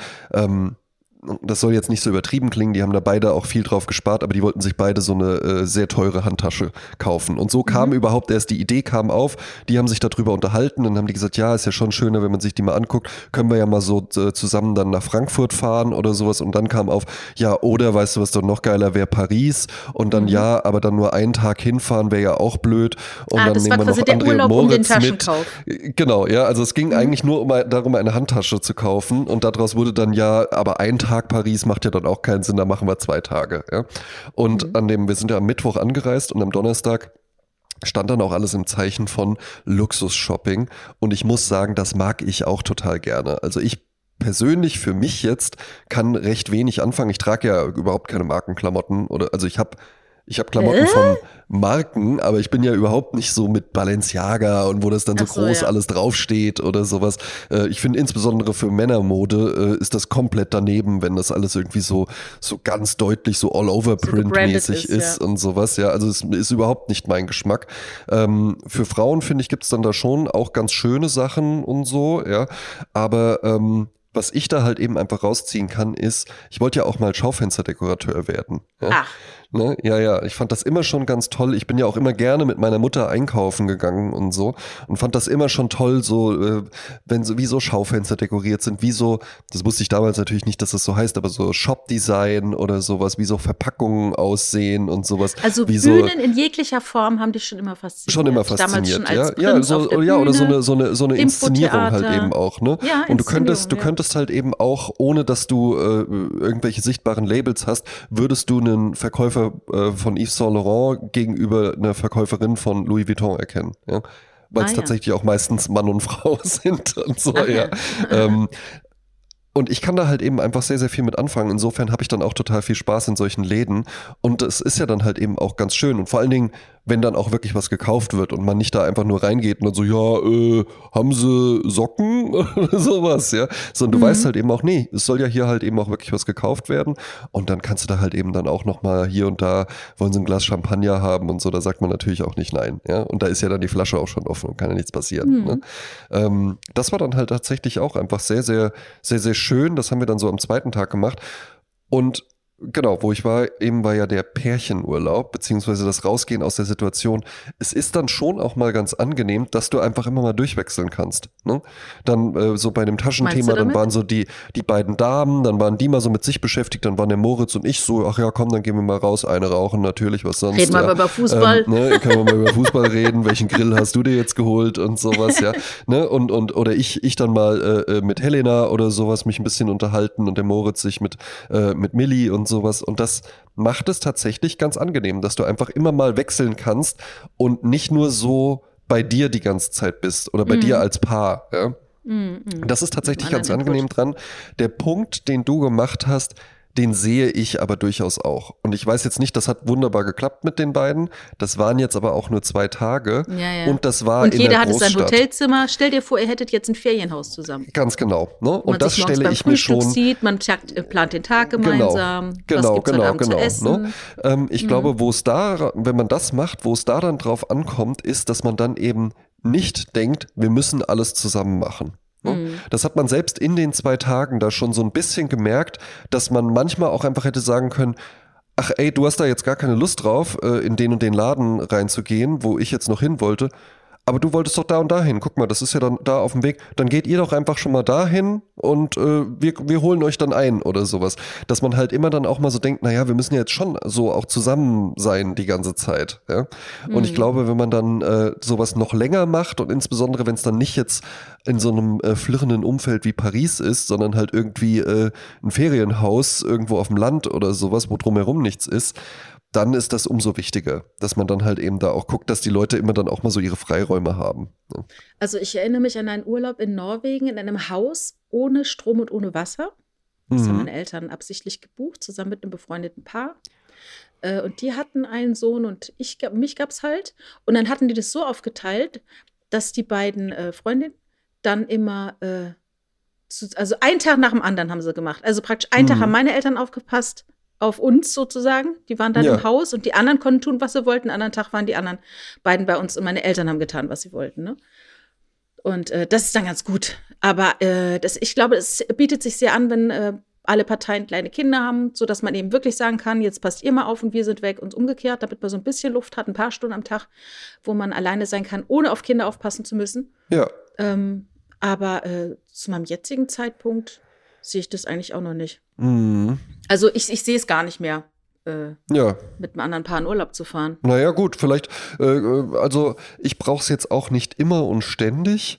das soll jetzt nicht so übertrieben klingen, die haben da beide auch viel drauf gespart, aber die wollten sich beide so eine sehr teure Handtasche kaufen. Und so kam überhaupt erst, die Idee kam auf, die haben sich darüber unterhalten und haben die gesagt, ja, ist ja schon schöner, wenn man sich die mal anguckt, können wir ja mal so zusammen dann nach Frankfurt fahren oder sowas. Und dann kam auf, ja, oder weißt du, was doch noch geiler wäre, Paris. Und dann ja, aber dann nur einen Tag hinfahren wäre ja auch blöd. Und dann das nehmen war wir quasi noch der André Urlaub Moritz um den Taschenkauf. Genau, ja, also es ging eigentlich nur darum, eine Handtasche zu kaufen und daraus wurde dann ja, aber ein Tag Paris macht ja dann auch keinen Sinn, da machen wir 2 Tage. Ja? Und wir sind ja am Mittwoch angereist und am Donnerstag stand dann auch alles im Zeichen von Luxus-Shopping und ich muss sagen, das mag ich auch total gerne. Also ich persönlich für mich jetzt kann recht wenig anfangen. Ich trage ja überhaupt keine Markenklamotten also ich habe Klamotten von Marken, aber ich bin ja überhaupt nicht so mit Balenciaga und wo das dann so groß alles draufsteht oder sowas. Ich finde insbesondere für Männermode ist das komplett daneben, wenn das alles irgendwie so ganz deutlich so All-Over-Print-mäßig ist und sowas. Ja, also es ist überhaupt nicht mein Geschmack. Für Frauen, finde ich, gibt es dann da schon auch ganz schöne Sachen und so, ja. Aber was ich da halt eben einfach rausziehen kann, ist, ich wollte ja auch mal Schaufensterdekorateur werden. Ja? Ach. Ne? Ja, ich fand das immer schon ganz toll. Ich bin ja auch immer gerne mit meiner Mutter einkaufen gegangen und so und fand das immer schon toll, so wie so Schaufenster dekoriert sind, wie so, das wusste ich damals natürlich nicht, dass das so heißt, aber so Shop-Design oder sowas, wie so Verpackungen aussehen und sowas. Also wie Bühnen in jeglicher Form haben dich schon immer fasziniert. Schon immer fasziniert, damals schon als Prinz auf der Bühne, oder so eine Inszenierung halt eben auch, ne? Ja, und du könntest halt eben auch, ohne dass du irgendwelche sichtbaren Labels hast, würdest du einen Verkäufer von Yves Saint Laurent gegenüber einer Verkäuferin von Louis Vuitton erkennen, ja? Weil es tatsächlich auch meistens Mann und Frau sind und so, ja. Und ich kann da halt eben einfach sehr, sehr viel mit anfangen. Insofern habe ich dann auch total viel Spaß in solchen Läden. Und es ist ja dann halt eben auch ganz schön. Und vor allen Dingen, wenn dann auch wirklich was gekauft wird und man nicht da einfach nur reingeht und dann so, ja, haben sie Socken oder sowas, ja. Sondern du weißt halt eben auch, nee, es soll ja hier halt eben auch wirklich was gekauft werden. Und dann kannst du da halt eben dann auch nochmal hier und da, wollen sie ein Glas Champagner haben und so, da sagt man natürlich auch nicht nein, ja. Und da ist ja dann die Flasche auch schon offen und kann ja nichts passieren. Ne? Das war dann halt tatsächlich auch einfach sehr, sehr, sehr, sehr schön. Das haben wir dann so am 2. Tag gemacht. Und genau, wo ich war, eben war ja der Pärchenurlaub, beziehungsweise das Rausgehen aus der Situation. Es ist dann schon auch mal ganz angenehm, dass du einfach immer mal durchwechseln kannst. Ne? Dann so bei dem Taschenthema, dann waren so die beiden Damen, dann waren die mal so mit sich beschäftigt, dann waren der Moritz und ich so, ach ja, komm, dann gehen wir mal raus, eine rauchen natürlich, was sonst. Reden wir mal über Fußball. Können wir mal über Fußball reden, welchen Grill hast du dir jetzt geholt und sowas, ja. Ne? Oder ich dann mal mit Helena oder sowas mich ein bisschen unterhalten und der Moritz sich mit Milli und sowas. Und das macht es tatsächlich ganz angenehm, dass du einfach immer mal wechseln kannst und nicht nur so bei dir die ganze Zeit bist oder bei dir als Paar. Ja? Das ist tatsächlich ganz angenehm dran. Der Punkt, den du gemacht hast, den sehe ich aber durchaus auch. Und ich weiß jetzt nicht, das hat wunderbar geklappt mit den beiden. Das waren jetzt aber auch nur 2 Tage. Ja. Und das war in der Großstadt. Und jeder hatte sein Hotelzimmer. Stell dir vor, ihr hättet jetzt ein Ferienhaus zusammen. Ganz genau. Ne? Und das stelle ich mir schon. Sieht, man plant den Tag gemeinsam. Genau. Zu essen? Ne? Ich glaube, wenn man das macht, wo es da dann drauf ankommt, ist, dass man dann eben nicht denkt, wir müssen alles zusammen machen. Das hat man selbst in den 2 Tagen da schon so ein bisschen gemerkt, dass man manchmal auch einfach hätte sagen können, ach ey, du hast da jetzt gar keine Lust drauf, in den und den Laden reinzugehen, wo ich jetzt noch hin wollte. Aber du wolltest doch da und dahin. Guck mal, das ist ja dann da auf dem Weg. Dann geht ihr doch einfach schon mal dahin und wir holen euch dann ein oder sowas. Dass man halt immer dann auch mal so denkt, naja, wir müssen ja jetzt schon so auch zusammen sein die ganze Zeit. Ja? Und ich glaube, wenn man dann sowas noch länger macht und insbesondere, wenn es dann nicht jetzt in so einem flirrenden Umfeld wie Paris ist, sondern halt irgendwie ein Ferienhaus irgendwo auf dem Land oder sowas, wo drumherum nichts ist, dann ist das umso wichtiger, dass man dann halt eben da auch guckt, dass die Leute immer dann auch mal so ihre Freiräume haben. Ja. Also ich erinnere mich an einen Urlaub in Norwegen in einem Haus ohne Strom und ohne Wasser. Das haben meine Eltern absichtlich gebucht, zusammen mit einem befreundeten Paar. Und die hatten einen Sohn und mich gab es halt. Und dann hatten die das so aufgeteilt, dass die beiden Freundinnen dann immer, also einen Tag nach dem anderen haben sie gemacht. Also praktisch einen Tag haben meine Eltern aufgepasst, auf uns sozusagen. Die waren dann im Haus und die anderen konnten tun, was sie wollten. Einen anderen Tag waren die anderen beiden bei uns und meine Eltern haben getan, was sie wollten. Ne? Und das ist dann ganz gut. Aber ich glaube, es bietet sich sehr an, wenn alle Parteien kleine Kinder haben, sodass man eben wirklich sagen kann, jetzt passt ihr mal auf und wir sind weg und umgekehrt, damit man so ein bisschen Luft hat, ein paar Stunden am Tag, wo man alleine sein kann, ohne auf Kinder aufpassen zu müssen. Ja. Aber zu meinem jetzigen Zeitpunkt sehe ich das eigentlich auch noch nicht. Mhm. Also ich sehe es gar nicht mehr, mit einem anderen Paar in Urlaub zu fahren. Naja gut, vielleicht, also ich brauche es jetzt auch nicht immer und ständig,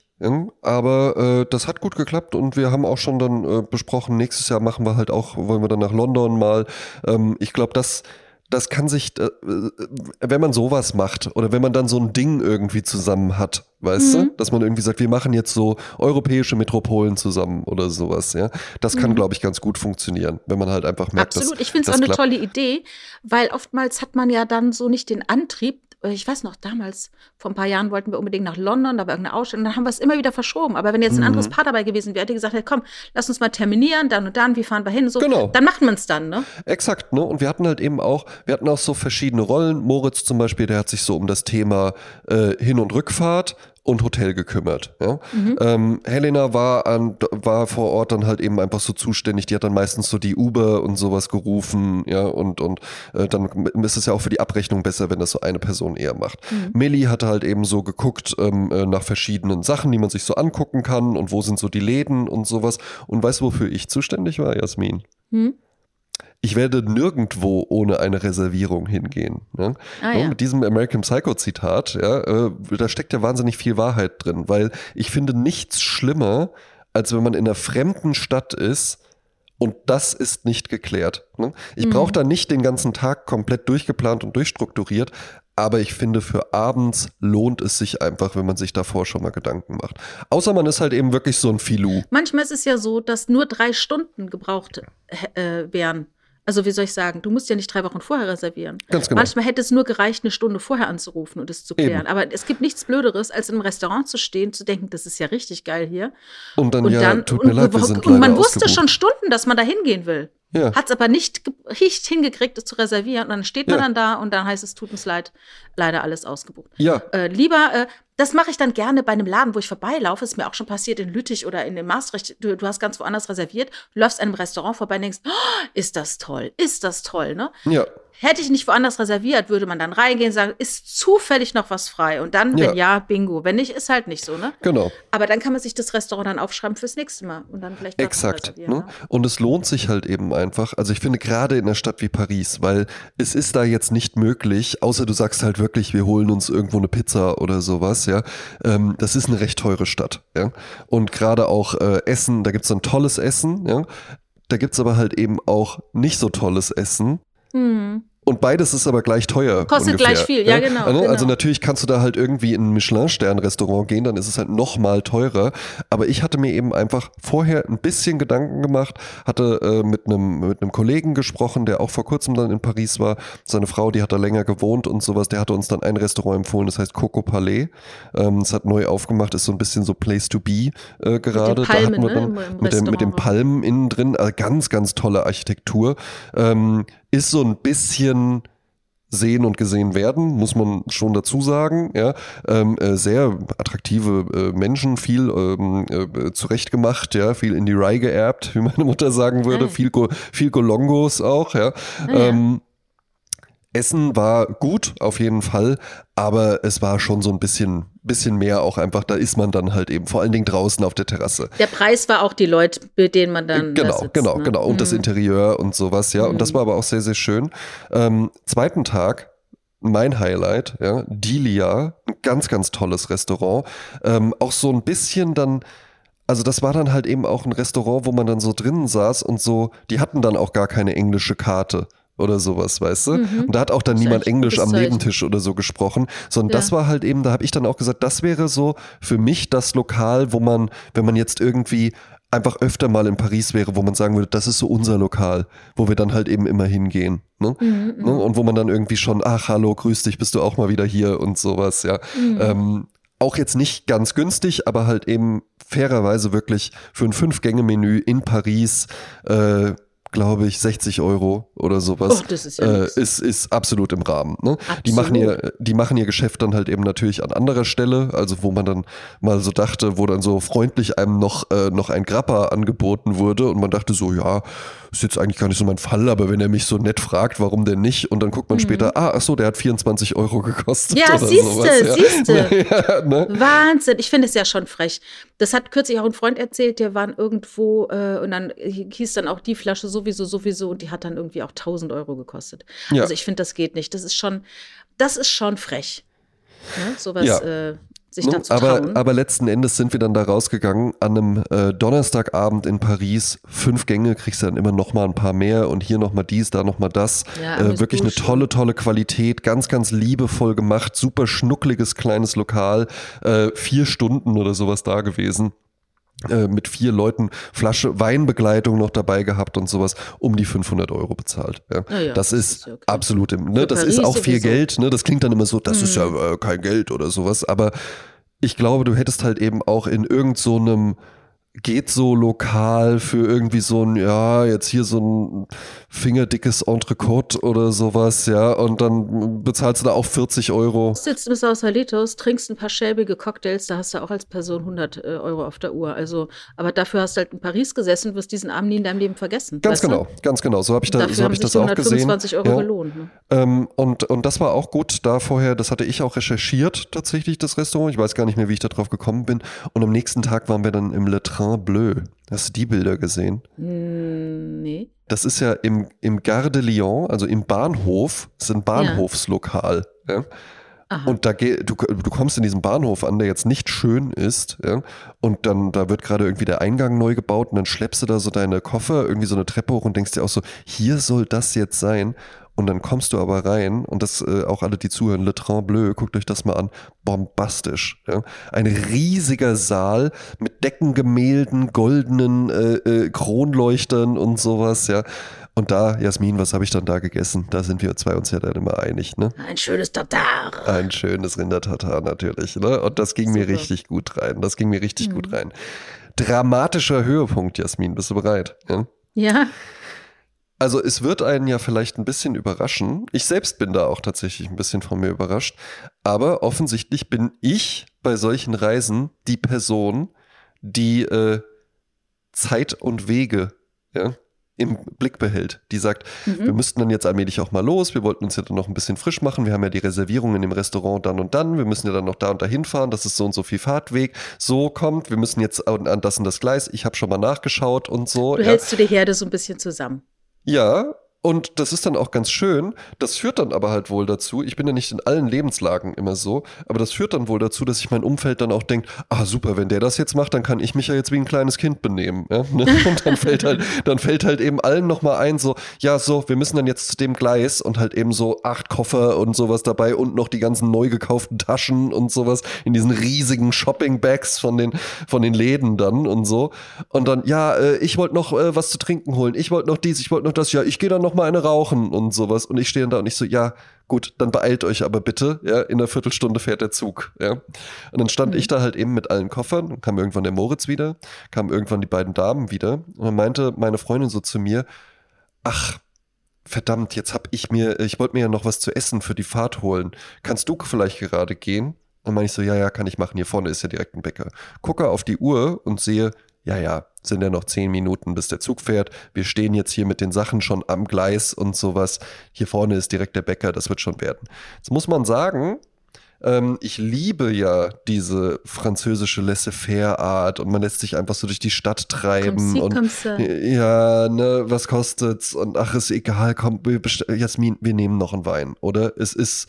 aber das hat gut geklappt und wir haben auch schon dann besprochen, nächstes Jahr wollen wir dann nach London mal. Ich glaube, das kann sich, wenn man sowas macht oder wenn man dann so ein Ding irgendwie zusammen hat, weißt du, dass man irgendwie sagt, wir machen jetzt so europäische Metropolen zusammen oder sowas, ja. Das kann, glaube ich, ganz gut funktionieren, wenn man halt einfach merkt, Absolut, ich finde es auch eine tolle Idee, weil oftmals hat man ja dann so nicht den Antrieb. Ich weiß noch, damals, vor ein paar Jahren wollten wir unbedingt nach London, da war irgendeine Ausstellung, und dann haben wir es immer wieder verschoben. Aber wenn jetzt ein anderes Paar dabei gewesen wäre, die gesagt hätte, komm, lass uns mal terminieren, dann und dann, wie fahren wir hin, so, dann macht man es dann, ne? Exakt, ne? Und wir hatten auch so verschiedene Rollen. Moritz zum Beispiel, der hat sich so um das Thema Hin- und Rückfahrt und Hotel gekümmert. Ja? Helena war vor Ort dann halt eben einfach so zuständig, die hat dann meistens so die Uber und sowas gerufen, ja, und dann ist es ja auch für die Abrechnung besser, wenn das so eine Person eher macht. Millie hatte halt eben so geguckt nach verschiedenen Sachen, die man sich so angucken kann und wo sind so die Läden und sowas. Und weißt du, wofür ich zuständig war, Jasmin? Ich werde nirgendwo ohne eine Reservierung hingehen. Ne? Mit diesem American Psycho Zitat, da steckt ja wahnsinnig viel Wahrheit drin, weil ich finde nichts schlimmer, als wenn man in einer fremden Stadt ist und das ist nicht geklärt. Ne? Ich brauche da nicht den ganzen Tag komplett durchgeplant und durchstrukturiert, aber ich finde, für abends lohnt es sich einfach, wenn man sich davor schon mal Gedanken macht. Außer man ist halt eben wirklich so ein Filou. Manchmal ist es ja so, dass nur 3 Stunden gebraucht wären. Also wie soll ich sagen, du musst ja nicht 3 Wochen vorher reservieren. Ganz genau. Manchmal hätte es nur gereicht, 1 Stunde vorher anzurufen und es zu klären. Eben. Aber es gibt nichts Blöderes, als in einem Restaurant zu stehen, zu denken, das ist ja richtig geil hier. Und dann tut mir leid, wir sind und man leider wusste schon Stunden, dass man da hingehen will. Ja. Hat es aber nicht hingekriegt, es zu reservieren. Und dann steht man dann da und dann heißt es, tut uns leid, leider alles ausgebucht. Ja. Das mache ich dann gerne bei einem Laden, wo ich vorbeilaufe. Ist mir auch schon passiert in Lüttich oder in Maastricht. Du hast ganz woanders reserviert, du läufst an einem Restaurant vorbei und denkst, oh, ist das toll, ne? Ja. Hätte ich nicht woanders reserviert, würde man dann reingehen und sagen, ist zufällig noch was frei? Und dann, wenn ja, bingo. Wenn nicht, ist halt nicht so, ne? Genau. Aber dann kann man sich das Restaurant dann aufschreiben fürs nächste Mal und dann vielleicht Exakt. Ne? Ne? Und es lohnt sich halt eben einfach. Also ich finde gerade in einer Stadt wie Paris, weil es ist da jetzt nicht möglich, außer du sagst halt wirklich, wir holen uns irgendwo eine Pizza oder sowas, ja. Das ist eine recht teure Stadt, ja. Und gerade auch Essen, da gibt es ein tolles Essen, ja. Da gibt es aber halt eben auch nicht so tolles Essen. Und beides ist aber gleich teuer. Kostet ungefähr. Gleich viel, ja genau. Also natürlich kannst du da halt irgendwie in ein Michelin-Stern-Restaurant gehen, dann ist es halt noch mal teurer. Aber ich hatte mir eben einfach vorher ein bisschen Gedanken gemacht, hatte mit einem Kollegen gesprochen, der auch vor kurzem dann in Paris war. Seine Frau, die hat da länger gewohnt und sowas, der hatte uns dann ein Restaurant empfohlen, das heißt Coco Palais. Es hat neu aufgemacht, ist so ein bisschen so Place to be gerade. Mit den Palmen, da hatten wir dann mit den Palmen innen drin, ganz, ganz tolle Architektur. Ist so ein bisschen sehen und gesehen werden, muss man schon dazu sagen. Ja. Sehr attraktive Menschen, viel zurechtgemacht, ja, viel in die Reihe geerbt, wie meine Mutter sagen würde, viel Golongos auch. Ja. Essen war gut, auf jeden Fall, aber es war schon so ein bisschen mehr auch einfach, da ist man dann halt eben vor allen Dingen draußen auf der Terrasse. Der Preis war auch die Leute, mit denen man dann sitzt, genau. Und das Interieur und sowas, ja. Und das war aber auch sehr, sehr schön. Zweiten Tag, mein Highlight, ja, Delia, ein ganz, ganz tolles Restaurant. Auch so ein bisschen dann, also das war dann halt eben auch ein Restaurant, wo man dann so drinnen saß und so, die hatten dann auch gar keine englische Karte oder sowas, weißt du? Und da hat auch dann niemand Englisch am Nebentisch oder so gesprochen, sondern das war halt eben, da habe ich dann auch gesagt, das wäre so für mich das Lokal, wo man, wenn man jetzt irgendwie einfach öfter mal in Paris wäre, wo man sagen würde, das ist so unser Lokal, wo wir dann halt eben immer hingehen. Ne? Und wo man dann irgendwie schon, ach, hallo, grüß dich, bist du auch mal wieder hier und sowas, ja. Auch jetzt nicht ganz günstig, aber halt eben fairerweise wirklich für ein 5-Gänge-Menü in Paris glaube ich, 60 € oder sowas. Oh, das ist ja ist absolut im Rahmen. Ne? Die machen ihr Geschäft dann halt eben natürlich an anderer Stelle, also wo man dann mal so dachte, wo dann so freundlich einem noch ein Grappa angeboten wurde und man dachte so, ja, ist jetzt eigentlich gar nicht so mein Fall, aber wenn er mich so nett fragt, warum denn nicht? Und dann guckt man später, ach so, der hat 24 € gekostet. Ja, oder siehste. Ja, ne? Wahnsinn, ich finde es ja schon frech. Das hat kürzlich auch ein Freund erzählt, der waren irgendwo und dann hieß dann auch die Flasche sowieso und die hat dann irgendwie auch 1.000 € gekostet. Ja. Also ich finde, das geht nicht. Das ist schon frech. Ne? Sowas sich dann zu trauen. Aber letzten Endes sind wir dann da rausgegangen an einem Donnerstagabend in Paris. 5 Gänge, kriegst du dann immer noch mal ein paar mehr und hier noch mal dies, da noch mal das. Ja, wirklich eine tolle Qualität, ganz, ganz liebevoll gemacht, super schnuckliges kleines Lokal, 4 Stunden oder sowas da gewesen. Mit 4 Leuten Flasche Weinbegleitung noch dabei gehabt und sowas, um die 500 € bezahlt. Ja. Ja, das ist okay. Absolut, ne, das ist auch viel Geld, ne, das klingt dann immer so, das ist ja kein Geld oder sowas, aber ich glaube, du hättest halt eben auch in irgend so einem geht so lokal für irgendwie so ein, ja, jetzt hier so ein fingerdickes Entrecote oder sowas, ja, und dann bezahlst du da auch 40 €. Du sitzt im Sausalitos, trinkst ein paar schäbige Cocktails, da hast du auch als Person 100 € auf der Uhr, also, aber dafür hast du halt in Paris gesessen und wirst diesen Abend nie in deinem Leben vergessen. Ganz genau, so habe ich, das auch gesehen. 125 € gelohnt. Ne? Und das war auch gut, da vorher, das hatte ich auch recherchiert, tatsächlich, das Restaurant, ich weiß gar nicht mehr, wie ich da drauf gekommen bin, und am nächsten Tag waren wir dann im Le Train Bleu. Hast du die Bilder gesehen? Nee. Das ist ja im Gare de Lyon, also im Bahnhof, das ist ein Bahnhofslokal. Ja? Und du kommst in diesen Bahnhof an, der jetzt nicht schön ist, ja? Und dann, da wird gerade irgendwie der Eingang neu gebaut und dann schleppst du da so deine Koffer irgendwie so eine Treppe hoch und denkst dir auch so, hier soll das jetzt sein. Und dann kommst du aber rein und das auch alle, die zuhören, Le Train Bleu, guckt euch das mal an, bombastisch. Ja? Ein riesiger Saal mit Deckengemälden, goldenen Kronleuchtern und sowas, ja. Und da, Jasmin, was habe ich dann da gegessen? Da sind wir uns ja dann immer einig, ne? Ein schönes Tartar. Ein schönes Rinder-Tartar natürlich, ne? Und das ging mir richtig gut rein. Gut rein. Dramatischer Höhepunkt, Jasmin, bist du bereit? Ja. Also es wird einen ja vielleicht ein bisschen überraschen. Ich selbst bin da auch tatsächlich ein bisschen von mir überrascht. Aber offensichtlich bin ich bei solchen Reisen die Person, die Zeit und Wege im Blick behält. Die sagt, wir müssten dann jetzt allmählich auch mal los. Wir wollten uns ja dann noch ein bisschen frisch machen. Wir haben ja die Reservierungen im Restaurant dann und dann. Wir müssen ja dann noch da und dahin fahren. Das ist so und so viel Fahrtweg. So kommt, wir müssen jetzt an das und das Gleis. Ich habe schon mal nachgeschaut und so. Du hältst du die Herde so ein bisschen zusammen. Ja, und das ist dann auch ganz schön. Das führt dann aber halt wohl dazu, ich bin ja nicht in allen Lebenslagen immer so, aber das führt dann wohl dazu, dass sich mein Umfeld dann auch denkt, super, wenn der das jetzt macht, dann kann ich mich ja jetzt wie ein kleines Kind benehmen. Ja? Und dann fällt halt eben allen nochmal ein, so, ja, so, wir müssen dann jetzt zu dem Gleis und halt eben so 8 Koffer und sowas dabei und noch die ganzen neu gekauften Taschen und sowas in diesen riesigen Shopping-Bags von den Läden dann und so. Und dann, ich wollte noch was zu trinken holen, ich wollte noch dies, ich wollte noch das, ich gehe dann noch mal eine rauchen und sowas. Und ich stehe dann da und ich so, ja, gut, dann beeilt euch aber bitte, ja, in einer Viertelstunde fährt der Zug, ja. Und dann stand ich da halt eben mit allen Koffern, dann kam irgendwann der Moritz wieder, kamen irgendwann die beiden Damen wieder und dann meinte meine Freundin so zu mir, ach, verdammt, jetzt ich wollte mir ja noch was zu essen für die Fahrt holen. Kannst du vielleicht gerade gehen? Dann meine ich so, ja, kann ich machen, hier vorne ist ja direkt ein Bäcker. Gucke auf die Uhr und sehe, ja, sind ja noch 10 Minuten, bis der Zug fährt. Wir stehen jetzt hier mit den Sachen schon am Gleis und sowas. Hier vorne ist direkt der Bäcker, das wird schon werden. Jetzt muss man sagen, ich liebe ja diese französische Laissez-faire-Art und man lässt sich einfach so durch die Stadt treiben. Ja, ne, was kostet's? Und ach, ist egal, komm, Jasmin, wir nehmen noch einen Wein, oder? Es ist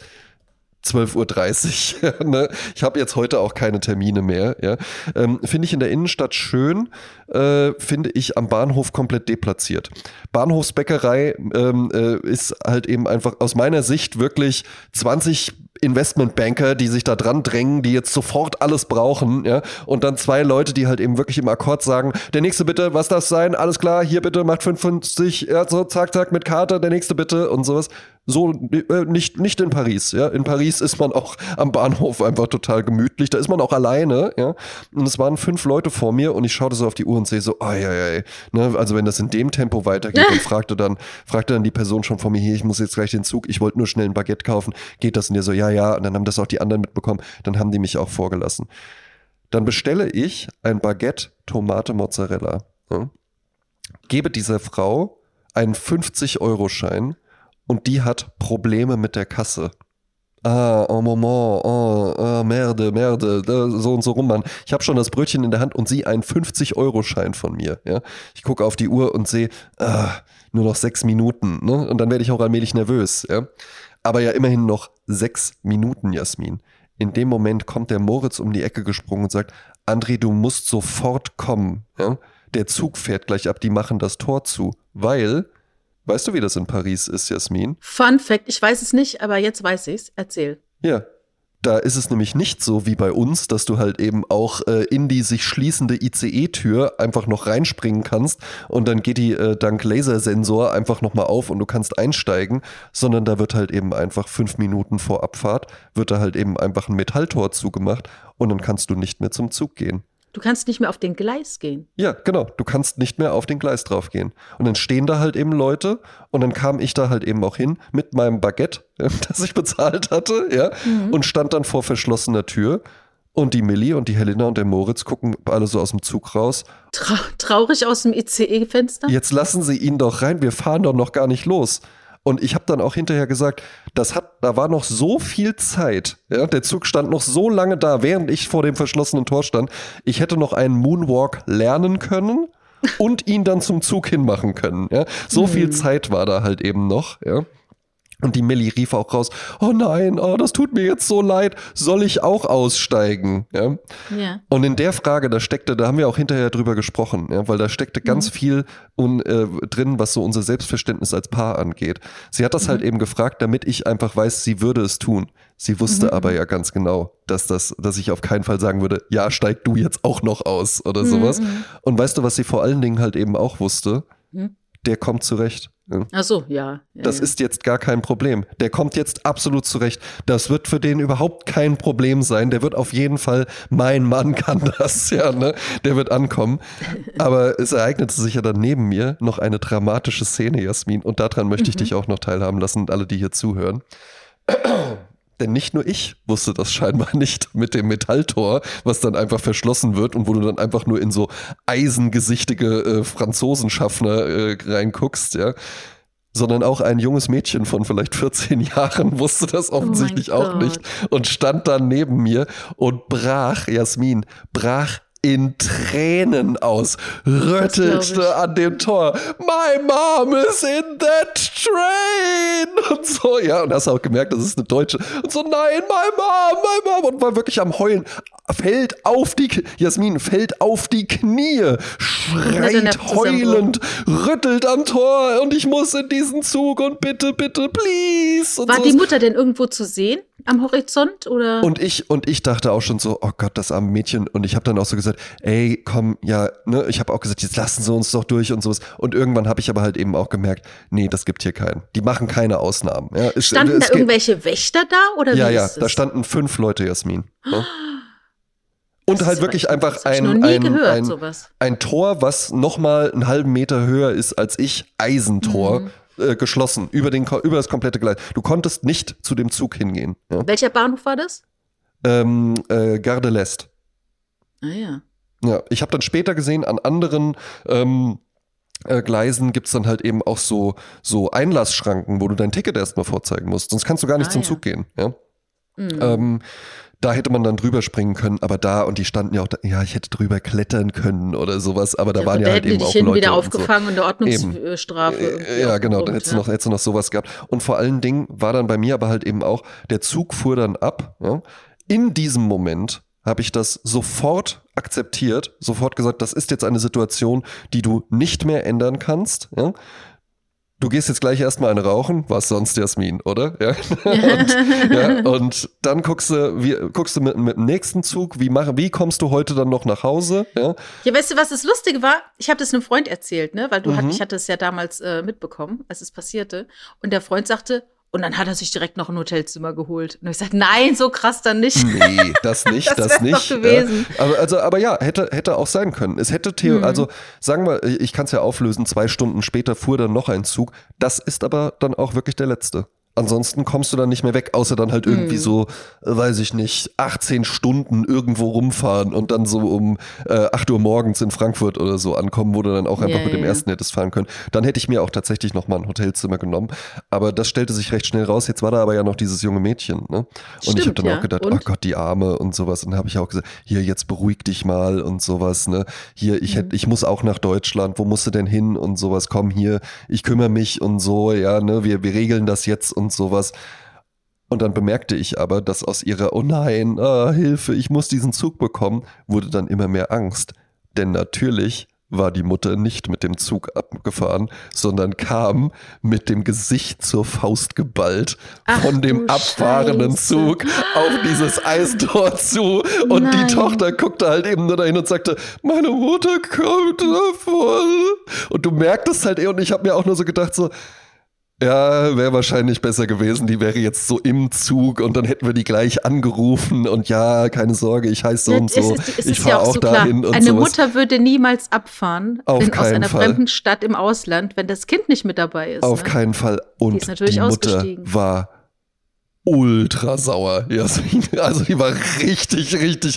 12:30 Uhr. Ne? Ich habe jetzt heute auch keine Termine mehr. Ja? Finde ich in der Innenstadt schön, finde ich am Bahnhof komplett deplatziert. Bahnhofsbäckerei ist halt eben einfach aus meiner Sicht wirklich 20 Investmentbanker, die sich da dran drängen, die jetzt sofort alles brauchen, ja, und dann 2 Leute, die halt eben wirklich im Akkord sagen, der nächste bitte, was darf sein, alles klar, hier bitte, macht 55, ja, so, zack, mit Karte, der nächste bitte und sowas. So, nicht in Paris, ja. In Paris ist man auch am Bahnhof einfach total gemütlich, da ist man auch alleine, ja. Und es waren 5 Leute vor mir und ich schaute so auf die Uhr und sehe so, ne, also wenn das in dem Tempo weitergeht, und fragte dann die Person schon vor mir, hier, ich muss jetzt gleich den Zug, ich wollte nur schnell ein Baguette kaufen, geht das? Und der so, ja, und dann haben das auch die anderen mitbekommen, dann haben die mich auch vorgelassen. Dann bestelle ich ein Baguette Tomate Mozzarella, ja, gebe dieser Frau einen 50-Euro-Schein und die hat Probleme mit der Kasse. Merde, so und so rum, Mann. Ich habe schon das Brötchen in der Hand und sie einen 50-Euro-Schein von mir. Ja? Ich gucke auf die Uhr und sehe, nur noch 6 Minuten. Ne? Und dann werde ich auch allmählich nervös. Ja? Aber ja immerhin noch 6 Minuten, Jasmin. In dem Moment kommt der Moritz um die Ecke gesprungen und sagt, André, du musst sofort kommen. Ja? Der Zug fährt gleich ab, die machen das Tor zu. Weil... Weißt du, wie das in Paris ist, Jasmin? Fun Fact, ich weiß es nicht, aber jetzt weiß ich's. Erzähl. Ja, da ist es nämlich nicht so wie bei uns, dass du halt eben auch in die sich schließende ICE-Tür einfach noch reinspringen kannst und dann geht die dank Lasersensor einfach nochmal auf und du kannst einsteigen, sondern da wird halt eben einfach 5 Minuten vor Abfahrt, wird da halt eben einfach ein Metalltor zugemacht und dann kannst du nicht mehr zum Zug gehen. Du kannst nicht mehr auf den Gleis gehen. Ja, genau. Du kannst nicht mehr auf den Gleis drauf gehen. Und dann stehen da halt eben Leute und dann kam ich da halt eben auch hin mit meinem Baguette, das ich bezahlt hatte, ja, und stand dann vor verschlossener Tür und die Milli und die Helena und der Moritz gucken alle so aus dem Zug raus. Traurig aus dem ICE-Fenster? Jetzt lassen Sie ihn doch rein, wir fahren doch noch gar nicht los. Und ich habe dann auch hinterher gesagt, da war noch so viel Zeit. Ja? Der Zug stand noch so lange da, während ich vor dem verschlossenen Tor stand. Ich hätte noch einen Moonwalk lernen können und ihn dann zum Zug hinmachen können. Ja? So viel Zeit war da halt eben noch. Ja? Und die Milli rief auch raus, oh nein, das tut mir jetzt so leid, soll ich auch aussteigen? Ja? Ja. Und in der Frage, da haben wir auch hinterher drüber gesprochen, ja? Weil da steckte ganz viel drin, was so unser Selbstverständnis als Paar angeht. Sie hat das halt eben gefragt, damit ich einfach weiß, sie würde es tun. Sie wusste aber ja ganz genau, dass ich auf keinen Fall sagen würde, ja, steig du jetzt auch noch aus oder sowas. Und weißt du, was sie vor allen Dingen halt eben auch wusste? Der kommt zurecht. Ach so, ja. Das ist jetzt gar kein Problem. Der kommt jetzt absolut zurecht. Das wird für den überhaupt kein Problem sein. Der wird auf jeden Fall, mein Mann kann das, ja, ne? Der wird ankommen. Aber es ereignete sich ja dann neben mir noch eine dramatische Szene, Jasmin. Und daran möchte ich dich auch noch teilhaben lassen und alle, die hier zuhören. Denn nicht nur ich wusste das scheinbar nicht mit dem Metalltor, was dann einfach verschlossen wird und wo du dann einfach nur in so eisengesichtige Franzosenschaffner reinguckst, ja. Sondern auch ein junges Mädchen von vielleicht 14 Jahren wusste das offensichtlich auch nicht und stand dann neben mir und brach in Tränen aus, rüttelte an dem Tor. My mom is in that train! Und so, ja, und hast auch gemerkt, das ist eine Deutsche. Und so, nein, my mom! Und war wirklich am Heulen. Jasmin fällt auf die Knie, schreit heulend, rüttelt am Tor und ich muss in diesen Zug und bitte, please. Und war die Mutter denn irgendwo zu sehen? Am Horizont oder? Und ich dachte auch schon so, oh Gott, das arme Mädchen. Und ich habe dann auch so gesagt, ey, komm, ja, ne, ich habe auch gesagt, jetzt lassen Sie uns doch durch und sowas. Und irgendwann habe ich aber halt eben auch gemerkt, nee, das gibt hier keinen. Die machen keine Ausnahmen. Ja, standen da irgendwelche Wächter da oder wie ist es? Da standen 5 Leute, Jasmin. Ne? Und halt wirklich einfach ein Tor, was nochmal einen halben Meter höher ist als ich, Eisentor. Geschlossen, über das komplette Gleis. Du konntest nicht zu dem Zug hingehen. Ja? Welcher Bahnhof war das? Gare de l'Est. Ah ja. Ja, ich habe dann später gesehen, an anderen Gleisen gibt es dann halt eben auch so Einlassschranken, wo du dein Ticket erstmal vorzeigen musst. Sonst kannst du gar nicht zum Zug gehen. Ja? Da hätte man dann drüber springen können, aber die standen ja auch da, ja, ich hätte drüber klettern können oder sowas, aber da waren ja halt eben auch Leute. Wieder aufgefangen und eine Ordnungsstrafe. Ja, genau, da hättest du noch sowas gehabt. Und vor allen Dingen war dann bei mir aber halt eben auch, der Zug fuhr dann ab. Ja? In diesem Moment habe ich das sofort akzeptiert, sofort gesagt, das ist jetzt eine Situation, die du nicht mehr ändern kannst. Ja? du gehst jetzt gleich erstmal eine rauchen, was sonst, Jasmin, oder? Ja. Und dann guckst du mit dem nächsten Zug, wie kommst du heute dann noch nach Hause? Ja, weißt du, was das Lustige war? Ich habe das einem Freund erzählt, ne? Weil ich hatte es ja damals mitbekommen, als es passierte. Und der Freund sagte, und dann hat er sich direkt noch ein Hotelzimmer geholt. Und ich sagte, nein, so krass dann nicht. Nee, das nicht, das nicht. Doch gewesen. Ja. Aber ja, hätte auch sein können. Es hätte also sagen wir, ich kann es ja auflösen, 2 Stunden später fuhr dann noch ein Zug. Das ist aber dann auch wirklich der letzte. Ansonsten kommst du dann nicht mehr weg, außer dann halt irgendwie so, weiß ich nicht, 18 Stunden irgendwo rumfahren und dann so um 8 Uhr morgens in Frankfurt oder so ankommen, wo du dann auch einfach mit dem ersten hättest fahren können. Dann hätte ich mir auch tatsächlich nochmal ein Hotelzimmer genommen. Aber das stellte sich recht schnell raus. Jetzt war da aber ja noch dieses junge Mädchen. Ne? Und ich habe dann auch gedacht, oh Gott, die Arme und sowas. Und dann habe ich auch gesagt, hier, jetzt beruhig dich mal und sowas. Ne? Hier, ich muss auch nach Deutschland. Wo musst du denn hin und sowas? Komm hier, ich kümmere mich und so. Ja, ne, wir regeln das jetzt und sowas. Und dann bemerkte ich aber, dass aus ihrer oh nein, Hilfe, ich muss diesen Zug bekommen, wurde dann immer mehr Angst. Denn natürlich war die Mutter nicht mit dem Zug abgefahren, sondern kam mit dem Gesicht zur Faust geballt von dem abfahrenden Zug auf dieses Eistor zu. Und die Tochter guckte halt eben nur dahin und sagte, meine Mutter kommt davon. Und du merktest halt und ich habe mir auch nur so gedacht so, ja, wäre wahrscheinlich besser gewesen. Die wäre jetzt so im Zug und dann hätten wir die gleich angerufen und ja, keine Sorge, ich heiße so und so. Ich fahre auch dahin und eine Mutter würde niemals abfahren aus einer fremden Stadt im Ausland, wenn das Kind nicht mit dabei ist. Auf keinen Fall. Und die Mutter war ultra sauer. Also die war richtig,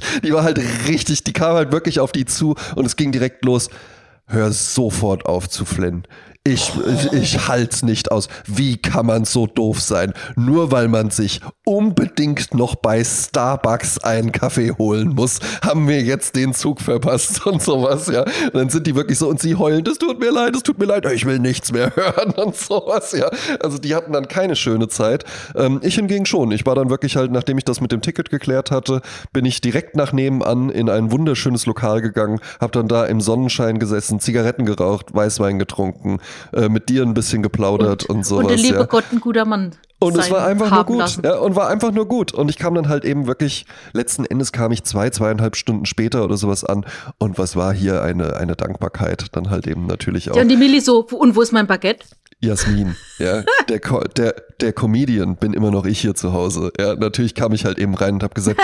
die kam halt wirklich auf die zu und es ging direkt los. Hör sofort auf zu flennen. Ich halt's nicht aus. Wie kann man so doof sein? Nur weil man sich unbedingt noch bei Starbucks einen Kaffee holen muss, haben wir jetzt den Zug verpasst und sowas, ja. Und dann sind die wirklich so und sie heulen, es tut mir leid, ich will nichts mehr hören und sowas, ja. Also die hatten dann keine schöne Zeit. Ich hingegen schon. Ich war dann wirklich halt, nachdem ich das mit dem Ticket geklärt hatte, bin ich direkt nach nebenan in ein wunderschönes Lokal gegangen, hab dann da im Sonnenschein gesessen, Zigaretten geraucht, Weißwein getrunken, mit dir ein bisschen geplaudert und sowas. Und der liebe Gott, ein guter Mann. Und es war einfach nur gut. Ja, und war einfach nur gut. Und ich kam dann halt eben wirklich, letzten Endes kam ich 2,5 Stunden später oder sowas an. Und was war hier eine Dankbarkeit? Dann halt eben natürlich auch. Ja, und die Milli so, und wo ist mein Baguette? Jasmin, ja, der Comedian bin immer noch ich hier zu Hause. Ja, natürlich kam ich halt eben rein und hab gesagt,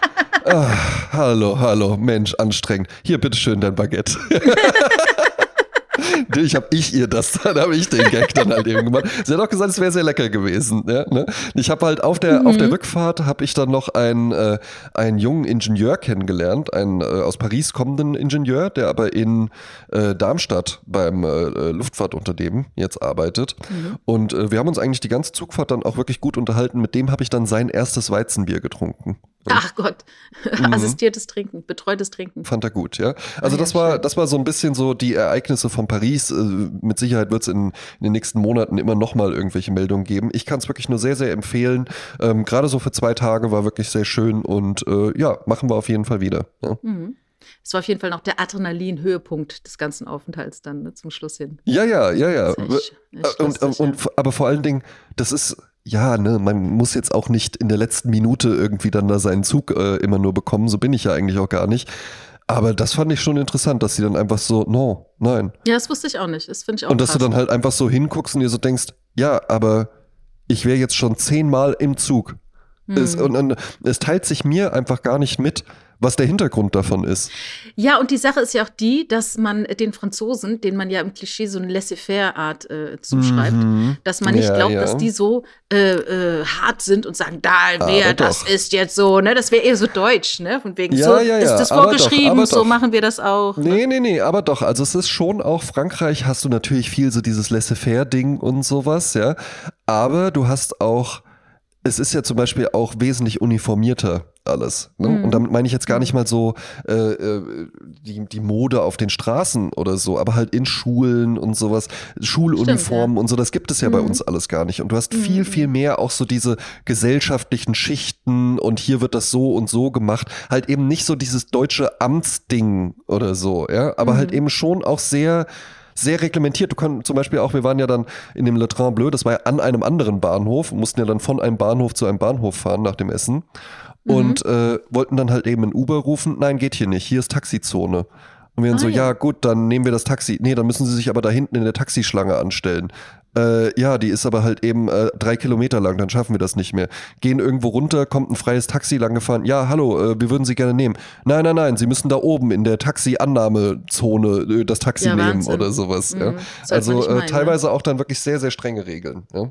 hallo, Mensch, anstrengend. Hier, bitteschön, dein Baguette. Natürlich habe ich ihr das, dann habe ich den Gag dann halt eben gemacht. Sie hat auch gesagt, es wäre sehr lecker gewesen. Ja, ne? Ich habe halt auf der Rückfahrt habe ich dann noch einen jungen Ingenieur kennengelernt, einen aus Paris kommenden Ingenieur, der aber in Darmstadt beim Luftfahrtunternehmen jetzt arbeitet. Und wir haben uns eigentlich die ganze Zugfahrt dann auch wirklich gut unterhalten. Mit dem habe ich dann sein erstes Weizenbier getrunken. Ach Gott, assistiertes Trinken, betreutes Trinken. Fand er gut, ja. Also das war so ein bisschen so die Ereignisse von Paris. Mit Sicherheit wird es in den nächsten Monaten immer nochmal irgendwelche Meldungen geben. Ich kann es wirklich nur sehr, sehr empfehlen. Gerade so für 2 Tage war wirklich sehr schön und ja, machen wir auf jeden Fall wieder. Ja. Es war auf jeden Fall noch der Adrenalin-Höhepunkt des ganzen Aufenthalts dann, ne, zum Schluss hin. Ja. Aber vor allen Dingen, das ist, ja, ne, man muss jetzt auch nicht in der letzten Minute irgendwie dann da seinen Zug immer nur bekommen, so bin ich ja eigentlich auch gar nicht. Aber das fand ich schon interessant, dass sie dann einfach so, nein. Ja, das wusste ich auch nicht, das finde ich auch und dass krass. Du dann halt einfach so hinguckst und dir so denkst, ja, aber ich wäre jetzt schon 10-mal im Zug. Und es teilt sich mir einfach gar nicht mit, was der Hintergrund davon ist. Ja, und die Sache ist ja auch die, dass man den Franzosen, denen man ja im Klischee so eine Laissez-faire-Art zuschreibt, dass man nicht glaubt, dass die so hart sind und sagen, das ist jetzt so, ne, das wäre eher so deutsch, ne, von wegen so, ist das vorgeschrieben, so machen wir das auch. Ne? Nee, aber doch, also es ist schon auch, Frankreich hast du natürlich viel so dieses Laissez-faire-Ding und sowas, ja, aber du hast auch, es ist ja zum Beispiel auch wesentlich uniformierter alles. Ne? Und damit meine ich jetzt gar nicht mal so die Mode auf den Straßen oder so, aber halt in Schulen und sowas, Schuluniformen und so, das gibt es ja bei uns alles gar nicht. Und du hast viel, viel mehr auch so diese gesellschaftlichen Schichten und hier wird das so und so gemacht. Halt eben nicht so dieses deutsche Amtsding oder so, ja, aber halt eben schon auch sehr sehr reglementiert. Du kannst zum Beispiel auch, wir waren ja dann in dem Le Train Bleu, das war ja an einem anderen Bahnhof, mussten ja dann von einem Bahnhof zu einem Bahnhof fahren nach dem Essen und wollten dann halt eben ein Uber rufen. Nein, geht hier nicht, hier ist Taxizone. Und wir dann so, ja gut, dann nehmen wir das Taxi. Nee, dann müssen Sie sich aber da hinten in der Taxischlange anstellen. Ja, die ist aber halt eben 3 Kilometer lang, dann schaffen wir das nicht mehr. Gehen irgendwo runter, kommt ein freies Taxi lang gefahren. Ja, hallo, wir würden Sie gerne nehmen. Nein, Sie müssen da oben in der Taxi-Annahmezone das Taxi nehmen Wahnsinn. Oder sowas. Ja. Also teilweise auch dann wirklich sehr, sehr strenge Regeln. Ja.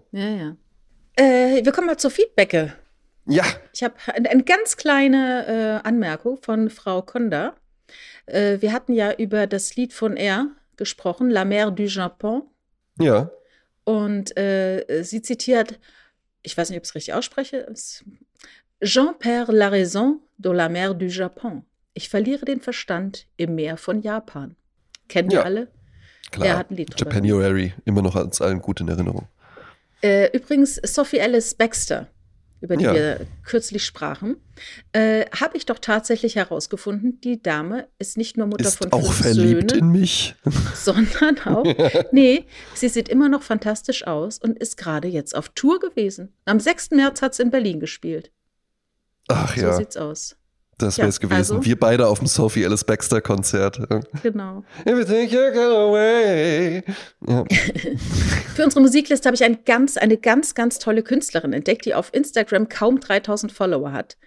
Wir kommen mal zur Feedbacke. Ja. Ich habe eine ganz kleine Anmerkung von Frau Konda. Wir hatten ja über das Lied von R gesprochen, La Mer du Japon. Ja. Und sie zitiert, ich weiß nicht, ob ich es richtig ausspreche, Jean perd la raison dans la mer du Japon. Ich verliere den Verstand im Meer von Japan. Kennen wir alle? Klar, er hat ein Lied drüber. Japanuary, immer noch als allen gut in Erinnerung. Übrigens, Sophie Ellis Bextor, über die wir kürzlich sprachen, habe ich doch tatsächlich herausgefunden, die Dame ist nicht nur Mutter von 5 Söhnen. Ist auch verliebt in mich. Sondern auch, nee, sie sieht immer noch fantastisch aus und ist gerade jetzt auf Tour gewesen. Am 6. März hat sie in Berlin gespielt. Ach ja. So sieht's aus. Das wäre es gewesen. Also, wir beide auf dem Sophie Ellis Bextor Konzert. Genau. If you think you're gonna away. Ja. Für unsere Musikliste habe ich eine ganz, ganz tolle Künstlerin entdeckt, die auf Instagram kaum 3000 Follower hat.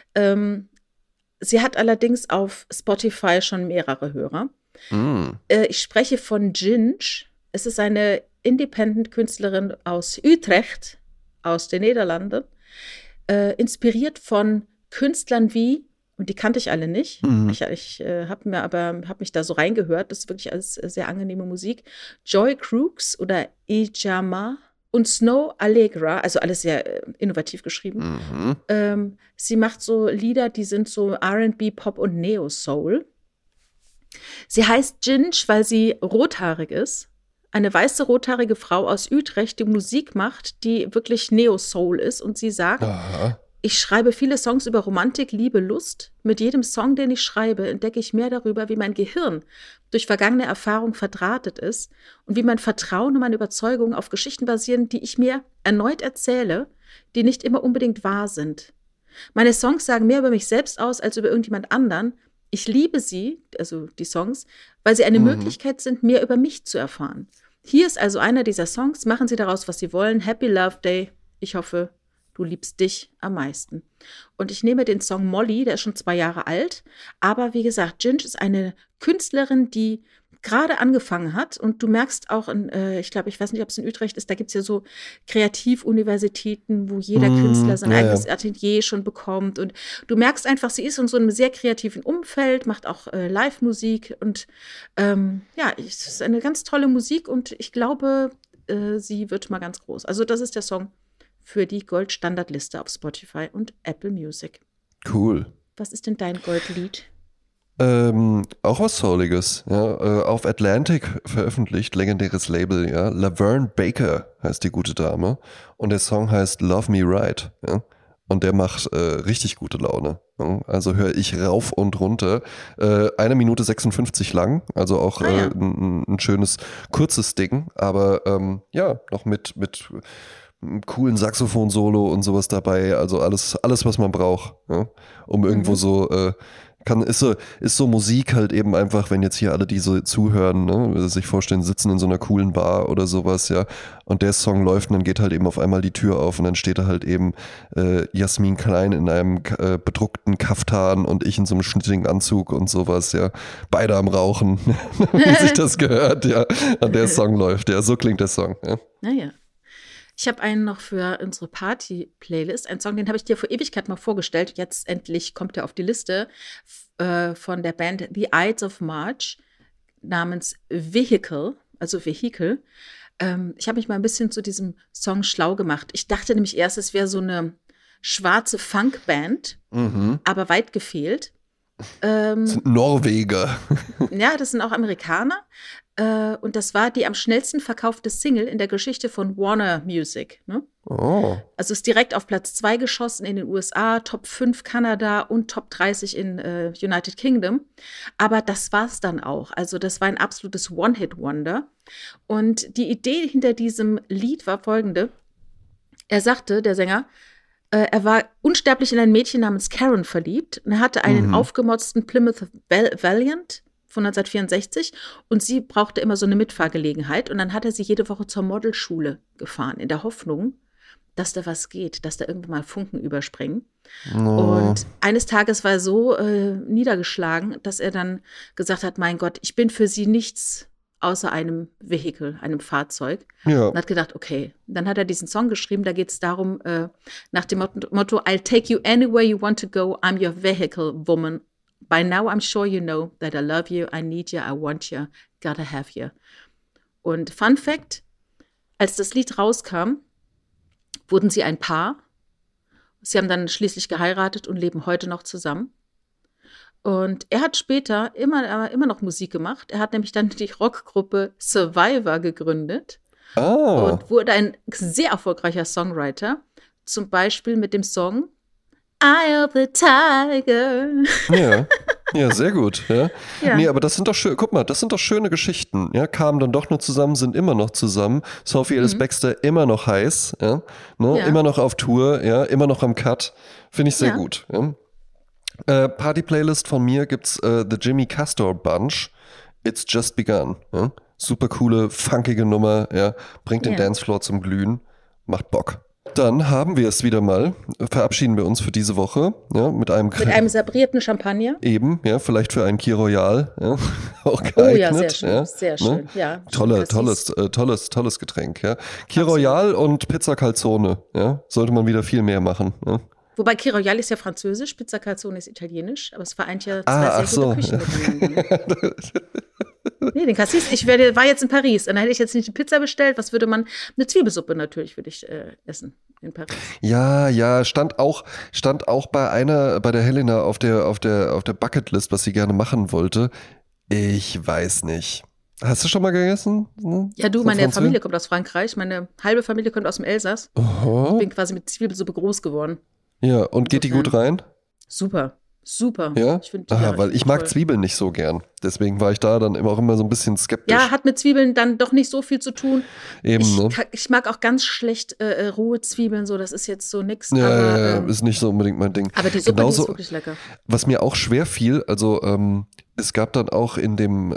Sie hat allerdings auf Spotify schon mehrere Hörer. Ich spreche von Ginge. Es ist eine Independent-Künstlerin aus Utrecht, aus den Niederlanden, inspiriert von Künstlern wie, und die kannte ich alle nicht. Ich habe mich da so reingehört. Das ist wirklich alles sehr angenehme Musik. Joy Crooks oder Ijama und Snow Allegra, also alles sehr innovativ geschrieben. Sie macht so Lieder, die sind so R&B, Pop und Neo-Soul. Sie heißt Ginge, weil sie rothaarig ist. Eine weiße, rothaarige Frau aus Utrecht, die Musik macht, die wirklich Neo-Soul ist. Und sie sagt, ich schreibe viele Songs über Romantik, Liebe, Lust. Mit jedem Song, den ich schreibe, entdecke ich mehr darüber, wie mein Gehirn durch vergangene Erfahrung verdrahtet ist und wie mein Vertrauen und meine Überzeugungen auf Geschichten basieren, die ich mir erneut erzähle, die nicht immer unbedingt wahr sind. Meine Songs sagen mehr über mich selbst aus als über irgendjemand anderen. Ich liebe sie, also die Songs, weil sie eine Möglichkeit sind, mehr über mich zu erfahren. Hier ist also einer dieser Songs. Machen Sie daraus, was Sie wollen. Happy Love Day. Ich hoffe, du liebst dich am meisten. Und ich nehme den Song Molly, der ist schon 2 Jahre alt. Aber wie gesagt, Ginge ist eine Künstlerin, die gerade angefangen hat. Und du merkst auch, ich weiß nicht, ob es in Utrecht ist, da gibt es ja so Kreativuniversitäten, wo jeder Künstler sein eigenes Atelier schon bekommt. Und du merkst einfach, sie ist in so einem sehr kreativen Umfeld, macht auch Live-Musik. Und es ist eine ganz tolle Musik. Und ich glaube, sie wird mal ganz groß. Also das ist der Song für die Gold-Standardliste auf Spotify und Apple Music. Cool. Was ist denn dein Goldlied? Auch was Souliges, ja. Auf Atlantic veröffentlicht, legendäres Label, ja. Laverne Baker heißt die gute Dame. Und der Song heißt Love Me Right, ja. Und der macht richtig gute Laune. Ja? Also höre ich rauf und runter. 1 Minute 56 lang, also auch ein schönes, kurzes Ding. Aber noch mit coolen Saxophon-Solo und sowas dabei, also alles, was man braucht, ja? Um irgendwo so, ist so Musik halt eben einfach, wenn jetzt hier alle, die so zuhören, ne, sich vorstellen, sitzen in so einer coolen Bar oder sowas, ja, und der Song läuft und dann geht halt eben auf einmal die Tür auf und dann steht da halt eben Jasmin Klein in einem bedruckten Kaftan und ich in so einem schnittigen Anzug und sowas, ja, beide am Rauchen, wie sich das gehört, ja, und der Song läuft, ja, so klingt der Song, ja. Naja. Ich habe einen noch für unsere Party-Playlist. Einen Song, den habe ich dir vor Ewigkeit mal vorgestellt. Jetzt endlich kommt er auf die Liste von der Band The Ides of March namens Vehicle, also Vehicle. Ich habe mich mal ein bisschen zu diesem Song schlau gemacht. Ich dachte nämlich erst, es wäre so eine schwarze Funkband, aber weit gefehlt. Das sind Norweger. Ja, das sind auch Amerikaner. Und das war die am schnellsten verkaufte Single in der Geschichte von Warner Music. Ne? Oh. Also ist direkt auf Platz 2 geschossen in den USA, Top 5 Kanada und Top 30 in United Kingdom. Aber das war's dann auch. Also das war ein absolutes One-Hit-Wonder. Und die Idee hinter diesem Lied war folgende. Er sagte, der Sänger, er war unsterblich in ein Mädchen namens Karen verliebt. Und er hatte einen aufgemotzten Plymouth Valiant von 1964 und sie brauchte immer so eine Mitfahrgelegenheit und dann hat er sie jede Woche zur Modelschule gefahren, in der Hoffnung, dass da was geht, dass da irgendwann mal Funken überspringen. Und eines Tages war er so niedergeschlagen, dass er dann gesagt hat, mein Gott, ich bin für sie nichts außer einem Vehikel, einem Fahrzeug. Ja. Und hat gedacht, okay. Dann hat er diesen Song geschrieben, da geht es darum, nach dem Motto, I'll take you anywhere you want to go, I'm your vehicle, woman. By now I'm sure you know that I love you, I need you, I want you, gotta have you. Und Fun Fact, als das Lied rauskam, wurden sie ein Paar. Sie haben dann schließlich geheiratet und leben heute noch zusammen. Und er hat später immer noch Musik gemacht. Er hat nämlich dann die Rockgruppe Survivor gegründet und wurde ein sehr erfolgreicher Songwriter. Zum Beispiel mit dem Song Eye of the Tiger. Ja, sehr gut. Ja. Nee, aber das sind doch schön, guck mal, das sind doch schöne Geschichten. Ja, kamen dann doch nur zusammen, sind immer noch zusammen. Sophie Ellis Bextor immer noch heiß, ja, ne? Ja. Immer noch auf Tour, ja, immer noch am Cut. Finde ich sehr gut. Ja. Party-Playlist von mir gibt's The Jimmy Castor Bunch. It's Just Begun. Ja. Super coole, funkige Nummer, ja. Bringt den Dancefloor zum Glühen. Macht Bock. Dann haben wir es wieder mal. Verabschieden wir uns für diese Woche. Ja, mit einem sabrierten Champagner. Eben, ja, vielleicht für einen Kir Royal. Ja, auch geeignet. Oh ja, sehr schön. Ja, sehr schön. Ne? Ja, tolles Getränk. Ja. Kir Royal und Pizza Calzone. Ja, sollte man wieder viel mehr machen. Ja. Wobei Kir Royal ist ja französisch, Pizza Calzone ist italienisch, aber es vereint ja zwei sehr gute Küchen miteinander. Nee, den Cassis, war jetzt in Paris und da hätte ich jetzt nicht eine Pizza bestellt. Was würde man? Eine Zwiebelsuppe natürlich würde ich essen in Paris. Ja, stand auch bei der Helena auf der Bucketlist, was sie gerne machen wollte. Ich weiß nicht. Hast du schon mal gegessen? Ja, meine Familie kommt aus Frankreich. Meine halbe Familie kommt aus dem Elsass. Ich bin quasi mit Zwiebelsuppe groß geworden. Ja, und geht die gut rein? Super. Ja? Weil ich mag Zwiebeln nicht so gern. Deswegen war ich da dann auch immer so ein bisschen skeptisch. Ja, hat mit Zwiebeln dann doch nicht so viel zu tun. Eben, ich mag auch ganz schlecht rohe Zwiebeln, so, das ist jetzt so nix. Ja, ist nicht so unbedingt mein Ding. Aber die Suppe die ist wirklich lecker. Was mir auch schwer fiel, also es gab dann auch in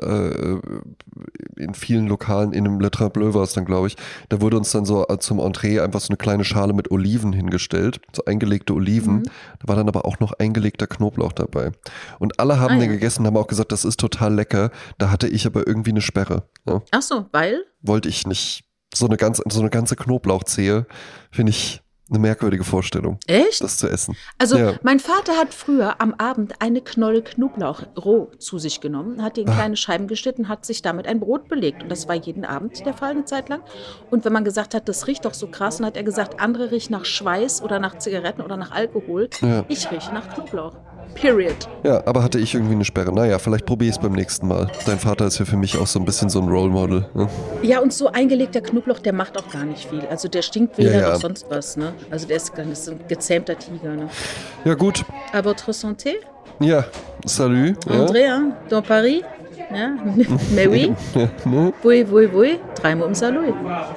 vielen Lokalen, in dem Le Trembleu war es dann, glaube ich, da wurde uns dann so zum Entree einfach so eine kleine Schale mit Oliven hingestellt, so eingelegte Oliven. Da war dann aber auch noch eingelegter Knoblauch dabei. Und alle haben den gegessen, haben auch gesagt, das ist total lecker. Da hatte ich aber irgendwie eine Sperre. Ja. Ach so, weil? Wollte ich nicht. So eine ganze Knoblauchzehe finde ich eine merkwürdige Vorstellung. Echt? Das zu essen. Also mein Vater hat früher am Abend eine Knolle Knoblauch roh zu sich genommen, hat die in kleine Scheiben geschnitten, hat sich damit ein Brot belegt. Und das war jeden Abend der Fall eine Zeit lang. Und wenn man gesagt hat, das riecht doch so krass, dann hat er gesagt, andere riechen nach Schweiß oder nach Zigaretten oder nach Alkohol. Ja. Ich rieche nach Knoblauch. Period. Ja, aber hatte ich irgendwie eine Sperre. Naja, vielleicht probiere ich es beim nächsten Mal. Dein Vater ist ja für mich auch so ein bisschen so ein Role Model. Ne? Ja, und so eingelegter Knoblauch, der macht auch gar nicht viel. Also der stinkt weder noch sonst was. Ne? Also der ist ein gezähmter Tiger. Ne? Ja, gut. À votre santé? Ja, salut. André, hein, dans Paris? Ja, mais oui. Oui. Dreimal Salut.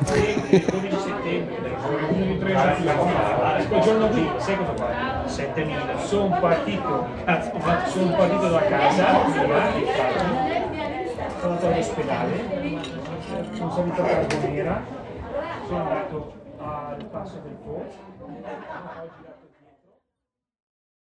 Quel giorno qui, sai cosa fa? 7.000. Sono partito da casa, sono andato all'ospedale, sono salito a Carbonera, sono andato al Passo del Po.